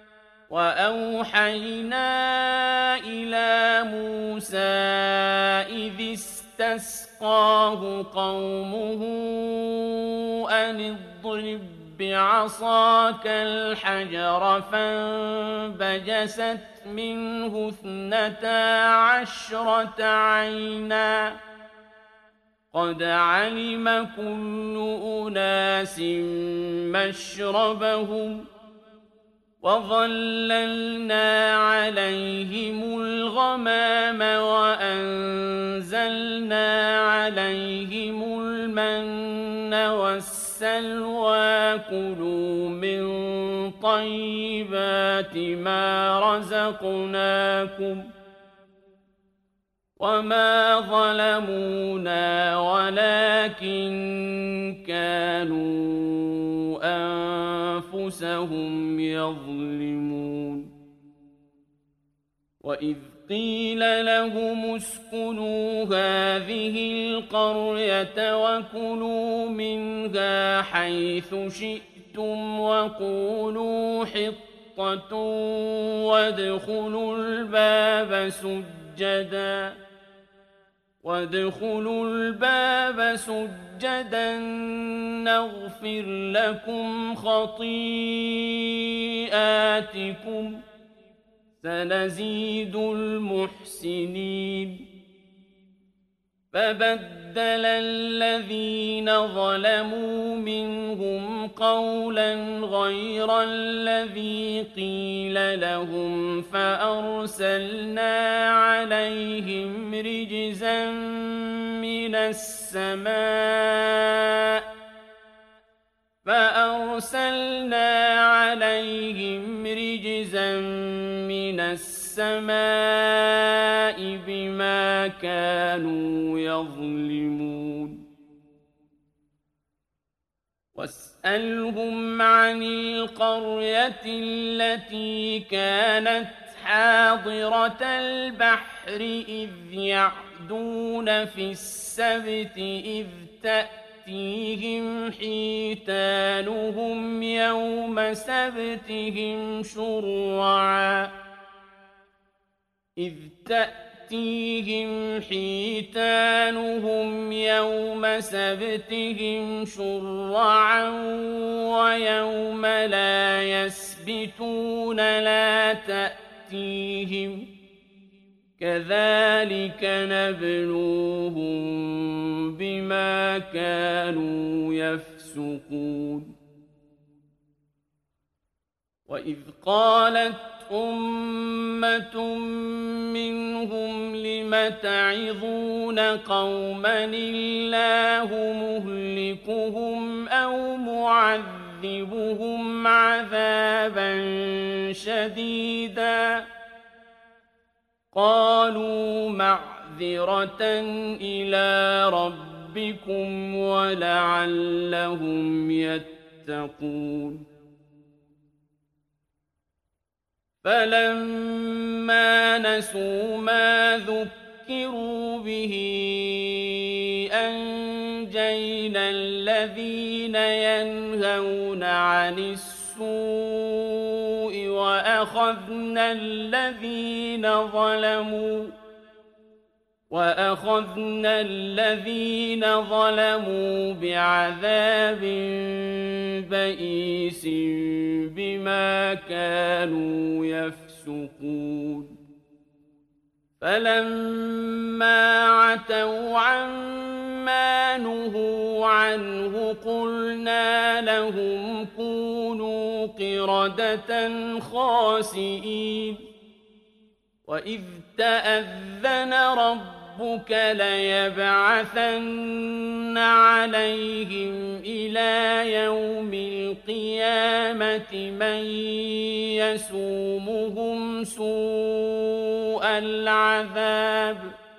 وأوحينا إلى موسى إذ استسقاه قومه أن اضرب بعصاك الحجر فانبجست منه اثنتا عشرة عينا قد علم كل أناس مشربهم وظللنا عليهم الغمام وأنزلنا عليهم المن والسلوى كلوا من طيبات ما رزقناكم وما ظلمونا ولكن كانوا أنفسهم يظلمون وإذ قيل لهم اسكنوا هذه القرية وكلوا منها حيث شئتم وقولوا حطة وادخلوا الباب سجدا وادخلوا الباب سجدا نغفر لكم خطيئاتكم سنزيد المحسنين فبدل الذين ظلموا منهم قولا غير الذي قيل لهم فأرسلنا عليهم رجزا من السماء فأرسلنا عليهم رجزا من السماء بما كانوا يظلمون واسألهم عن القرية التي كانت حاضرة البحر إذ يعدون في السبت إذ تأتي تأتيهم حيتانهم يوم سبتهم شرعا إذ تأتيهم حيتانهم يوم سبتهم شرعا ويوم لا يسبتون لا تأتيهم كذلك نبلوهم بما كانوا يفسقون وإذ قالت أمة منهم لم تعظون قوما الله مهلكهم أو معذبهم عذابا شديدا قالوا معذرة إلى ربكم ولعلهم يتقون فلما نسوا ما ذكروا به أنجينا الذين ينهون عن السوء وأخذنا الذين ظلموا وأخذنا الذين ظلموا بعذاب بئيس بما كانوا يفسقون فلما عتوا عما نهوا عنه قلنا لهم كونوا قردة خاسئين وإذ تأذن ربك ليبعثن عليهم إلى يوم القيامة من يسومهم سوء العذاب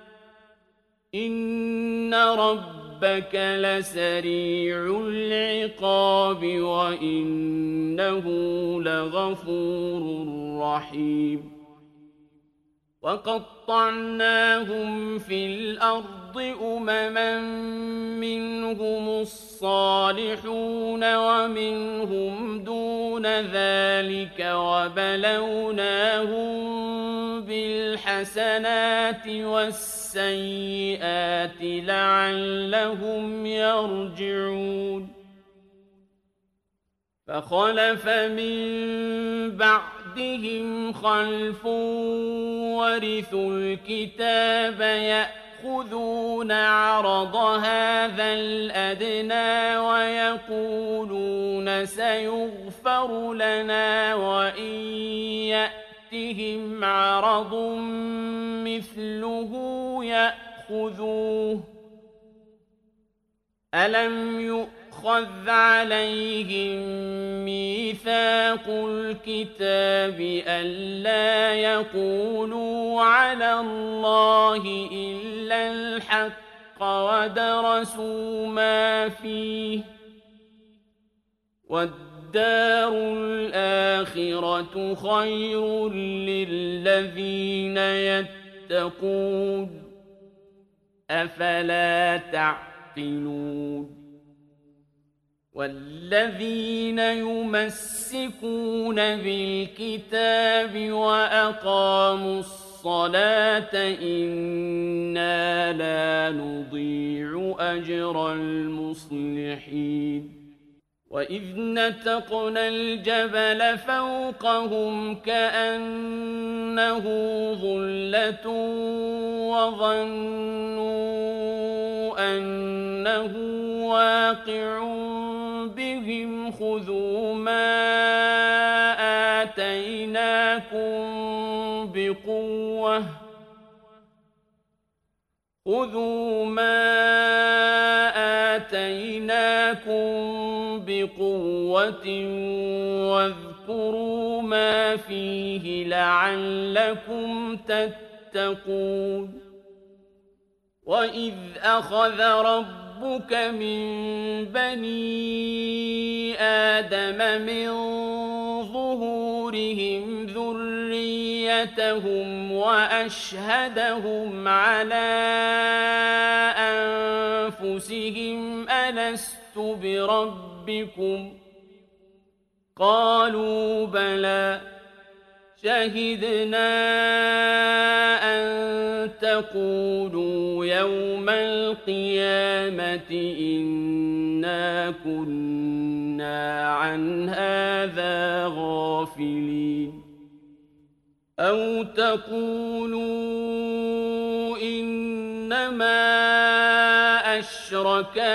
إن ربك لسريع العقاب وإنه لغفور رحيم وقطعناهم في الأرض أمما منهم الصالحون ومنهم دون ذلك وبلوناهم بالحسنات والسيئات لعلهم يرجعون فخلف من بعدهم خلف ورثوا الكتاب يأخذون عرض هذا الأدنى ويقولون سيغفر لنا وإن يأتهم عرض مثله يأخذوه ألم يؤخذ يُؤْخَذْ عَلَيْهِم مِّيثَاقُ الْكِتَابِ أَلَّا يَقُولُوا عَلَى اللَّهِ إِلَّا الْحَقَّ وَدَرَسُوا مَا فِيهِ ۗ وَالدَّارُ الْآخِرَةُ خَيْرٌ لِّلَّذِينَ يَتَّقُونَ ۗ أَفَلَا تَعْقِلُونَ وَالَّذِينَ يُمَسِّكُونَ بِالْكِتَابِ وَأَقَامُوا الصَّلَاةَ إِنَّا لَا نُضِيعُ أَجْرَ الْمُصْلِحِينَ وَإِذْ نَتَقْنَا الْجَبَلَ فَوْقَهُمْ كَأَنَّهُ ظُلَّةٌ وَظَنُّوا أَنَّهُ واقع بهم خذوا ما آتيناكم بقوة خذوا ما آتيناكم بقوة واذكروا ما فيه لعلكم تتقون وَإِذْ أَخَذَ رَبُّكَ مِنْ بَنِي آدَمَ مِنْ ظُهُورِهِمْ ذُرِّيَّتَهُمْ وَأَشْهَدَهُمْ عَلَى أَنْفُسِهِمْ أَلَسْتُ بِرَبِّكُمْ ۖ قَالُوا بَلَى شَهِدْنَا أَن تَقُولُوا يَوْمَ الْقِيَامَةِ إِنَّا كُنَّا عَنْ هَٰذَا غَافِلِينَ أَوْ تَقُولُوا إِنَّمَا أَشْرَكَ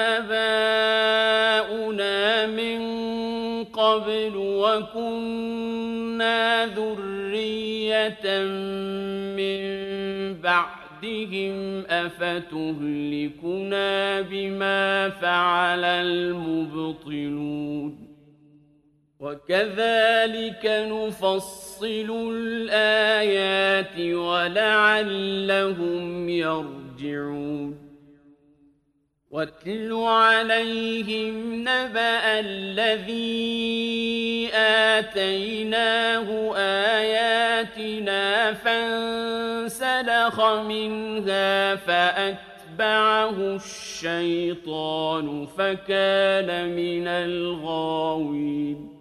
آبَاؤُنَا مِن قَبْلُ وَكُنَّا ذُرِّيَّةً مِّن بَعْدِهِمْ أَفَتُهْلِكُنَا بِمَا فَعَلَ الْمُبْطِلُونَ وَكَذَٰلِكَ نُفَصِّلُ الْآيَاتِ وَلَعَلَّهُمْ يَرْجِعُونَ وَاتْلُ عَلَيْهِمْ نَبَأَ الَّذِي آتَيْنَاهُ آيَاتِنَا فَانسَلَخَ مِنْهَا فَأَتْبَعَهُ الشَّيْطَانُ فَكَانَ مِنَ الْغَاوِينَ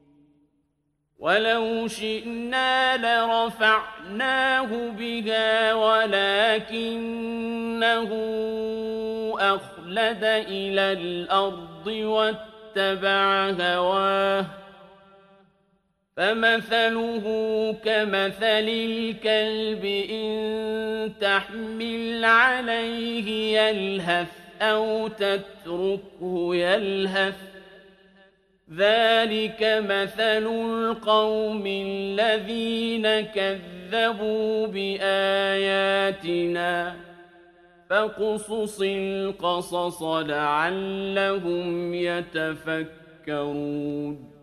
وَلَوْ شِئْنَا لَرَفَعْنَاهُ بِهَا وَلَكِنَّهُ أَخْلَدَ إِلَى الْأَرْضِ وَاتَّبَعَ هَوَاهُ فَمَثَلُهُ كَمَثَلِ الْكَلْبِ إِن تَحْمِلْ عَلَيْهِ يَلْهَثْ أَوْ تَتْرُكْهُ يَلْهَث ۚ ذَلِكَ مَثَلُ الْقَوْمِ الَّذِينَ كَذَّبُوا بِآيَاتِنَا ۚ فَاقْصُصِ الْقَصَصَ لَعَلَّهُمْ يَتَفَكَّرُونَ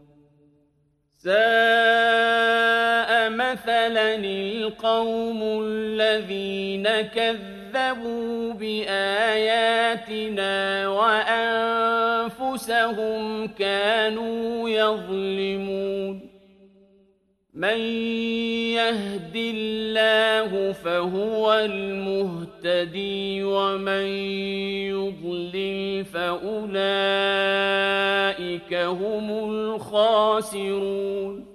سَاءَ مَثَلًا الْقَوْمُ الَّذِينَ كَذَّبُوا بِآيَاتِنَا وَأَنفُسَهُمْ كَانُوا يَظْلِمُونَ مَن يَهْدِ اللَّهُ فَهُوَ الْمُهْتَدِي وَمَن يُضْلِلْ فَأُولَٰئِكَ هُمُ الْخَاسِرُونَ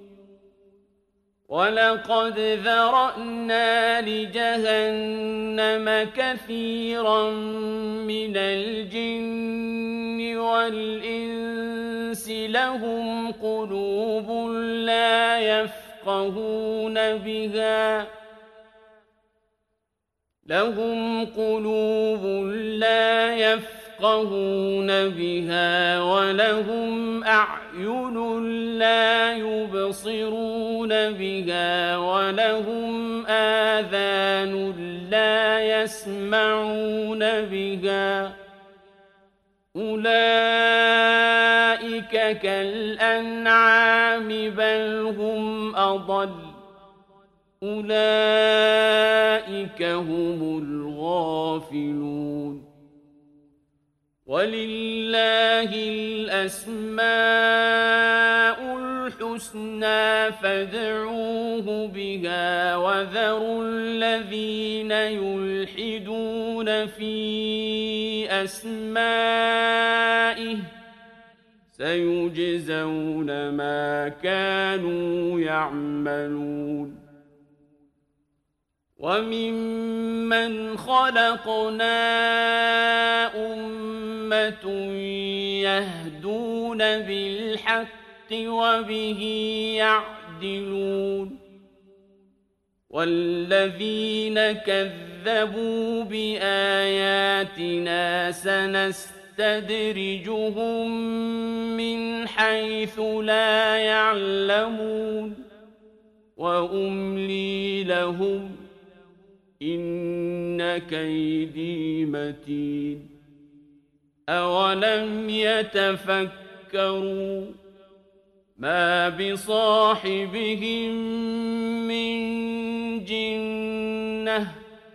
وَلَقَدْ ذَرَأْنَا لِجَهَنَّمَ كَثِيرًا مِّنَ الْجِنِّ وَالْإِنسِ لَهُمْ قُلُوبٌ لَّا يَفْقَهُونَ بِهَا لَهُمْ قُلُوبٌ لَّا يَفْقَهُونَ بِهَا وَلَهُمْ أَعْيُنٌ لَّا يُبْصِرُونَ بِهَا وَلَهُمْ آذَانٌ لَّا يَسْمَعُونَ بِهَا أولئك كالأنعام بل هم أضل أولئك هم الغافلون ولله الأسماء الحسنى فادعوه بها وذروا الذين يلحدون في أسمائه سيجزون ما كانوا يعملون وممن خلقنا أمة يهدون بالحق وبه يعدلون والذين كذبوا بآياتنا سنستدرجهم من حيث لا يعلمون وأملي لهم إن كيدي متين أولم يتفكروا ما بصاحبهم من جنة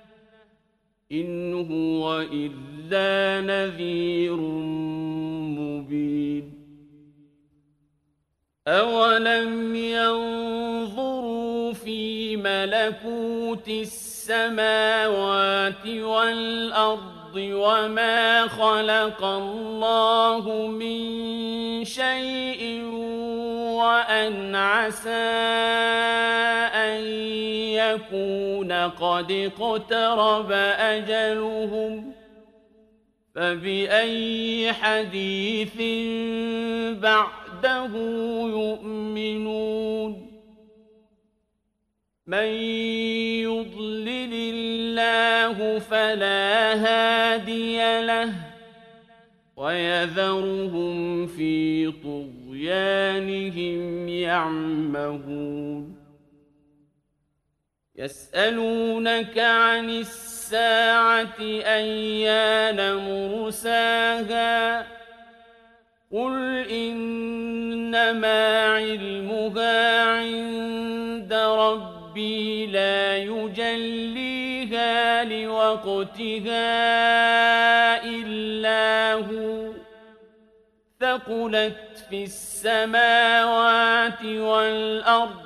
إن هو إلا نذير مبين أولم ينظروا في ملكوت السماوات والأرض وما خلق الله من شيء وأن عسى أن يكون قد اقترب أجلهم فبأي حديث بعده يؤمنون من يضلل الله فلا هادي له ويذرهم في طغيانهم يعمهون يسألونك عن الساعة أيان مرساها قل إنما علمها عند ربي لا يجليها لوقتها إلا هو ثقلت في السماوات والأرض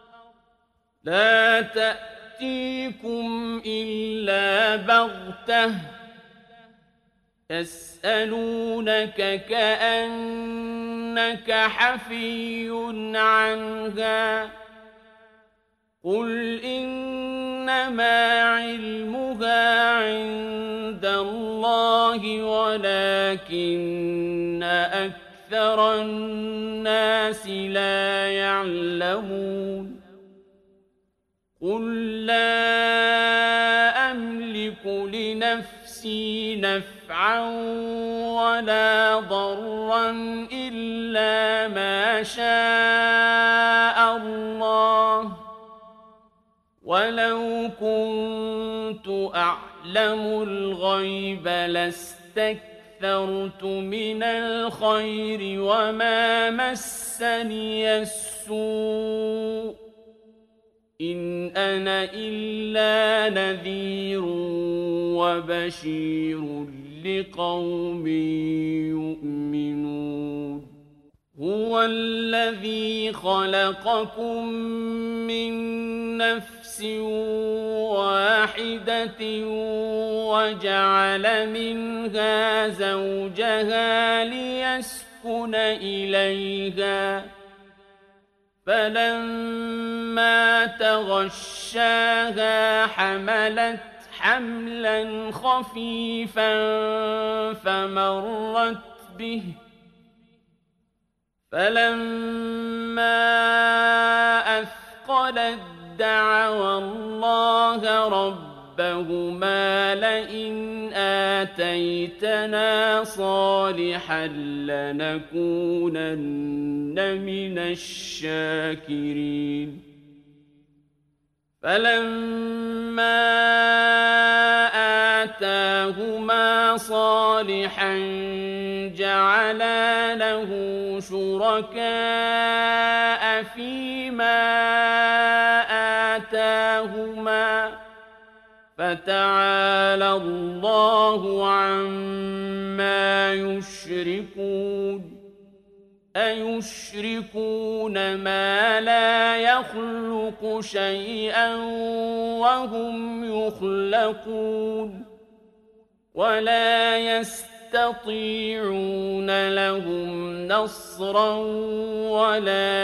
لا تأتيكم إلا بغتة يسألونك كأنك حفي عنها قل إنما علمها عند الله ولكن أكثر الناس لا يعلمون قل لا أملك لنفسي نفعا ولا ضرا إلا ما شاء الله ولو كنت أعلم الغيب لاستكثرت من الخير وما مسني السوء إن أنا إلا نذير وبشير لقوم يؤمنون هو الذي خلقكم من نفس واحدة وجعل منها زوجها ليسكن إليها فلما تغشاها حملت حملا خفيفا فمرت به فلما أثقلت دعوا الله ربهما لئن آتيتنا صالحا لنكونن من الشاكرين فلما آتاهما آتاهما صالحا جعلا له شركاء فيما آتاهما فتعالى الله عما يشركون أيشركون ما لا يخلق شيئا وهم يخلقون ولا يستطيعون لهم نصرا ولا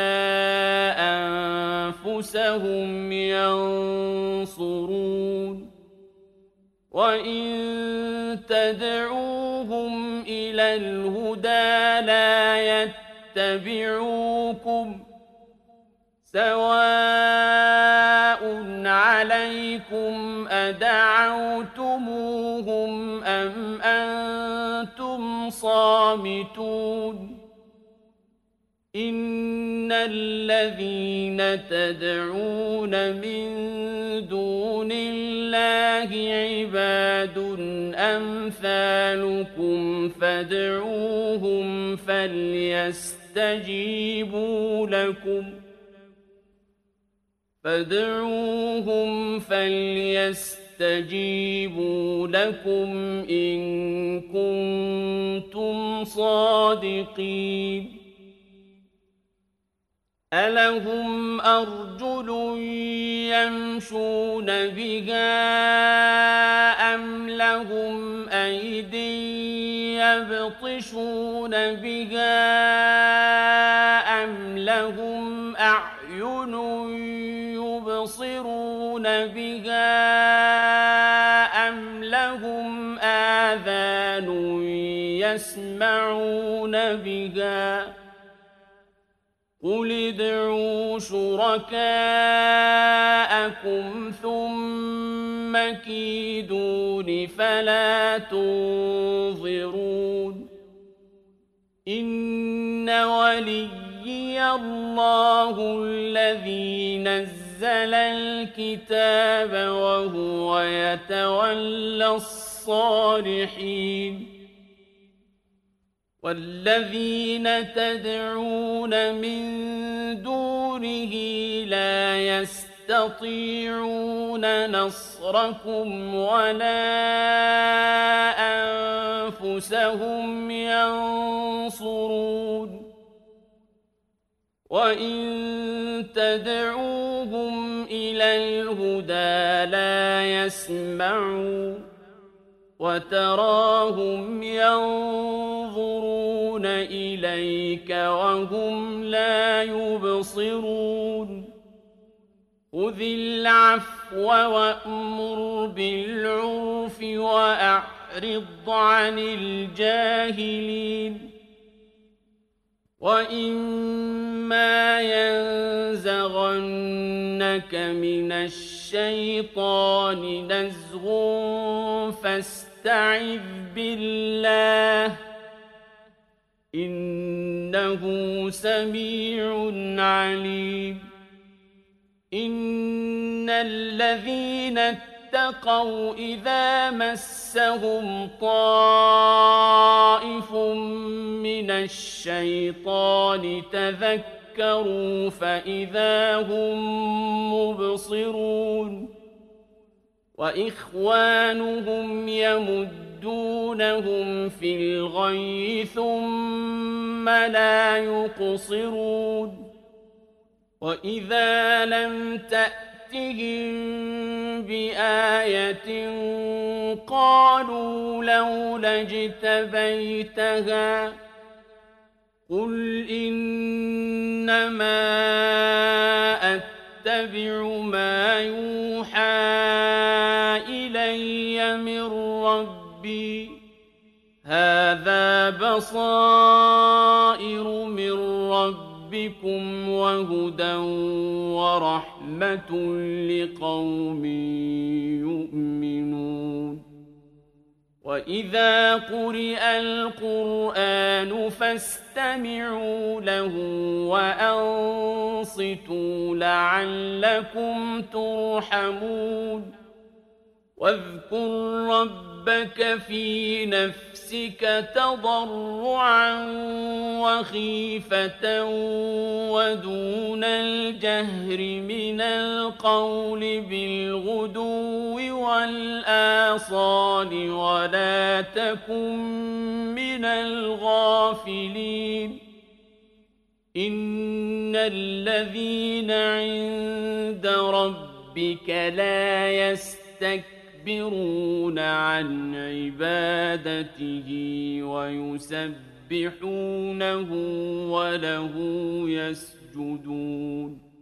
أنفسهم ينصرون وإن تدعوهم إلى الهدى لا يتبعوكم سواء عليكم أدعوتموهم أم أنتم صامتون إن الذين تدعون من دون الله عباد أمثالكم فادعوهم فليستجيبوا لكم فادعوهم فليستجيبوا لكم إن كنتم صادقين ألهم أرجل يمشون بها أم لهم أيد يبطشون بها أم لهم أعين يبصرون بها أم لهم آذان يسمعون بها قل ادعوا شركاءكم ثم كيدون فلا تنظرون إن وليي الله الذي نزل الكتاب وهو يتولى الصالحين والذين تدعون من دونه لا يستطيعون نصركم ولا أنفسهم ينصرون وإن تدعوهم إلى الهدى لا يسمعون وتراهم ينظرون إليك وهم لا يبصرون خذ العفو وأمر بالعرف وأعرض عن الجاهلين وإما ينزغنك من الشيطان نزغ فاستعذ بالله إنه سميع عليم إن الذين اتقوا إذا مسهم طائف من الشيطان تذكروا فإذا هم مبصرون وإخوانهم يمدونهم في الغي ثم لا يقصرون وإذا لم تأتهم بآية قالوا لولا اجتبيتها قل إنما أتبع ما يوحى إلي من ربي هذا بصائر من ربكم وهدى ورحمة لقوم يؤمنون وإذا قرئ القرآن فاستمعوا له وأنصتوا لعلكم ترحمون واذكر ربك في نفسك تضرعا وخيفة ودون الجهر من القول بالغدو والآصال ولا تكن من الغافلين إن الذين عند ربك لا يستكبرون عن عبادته ويسبحونه وله يسجدون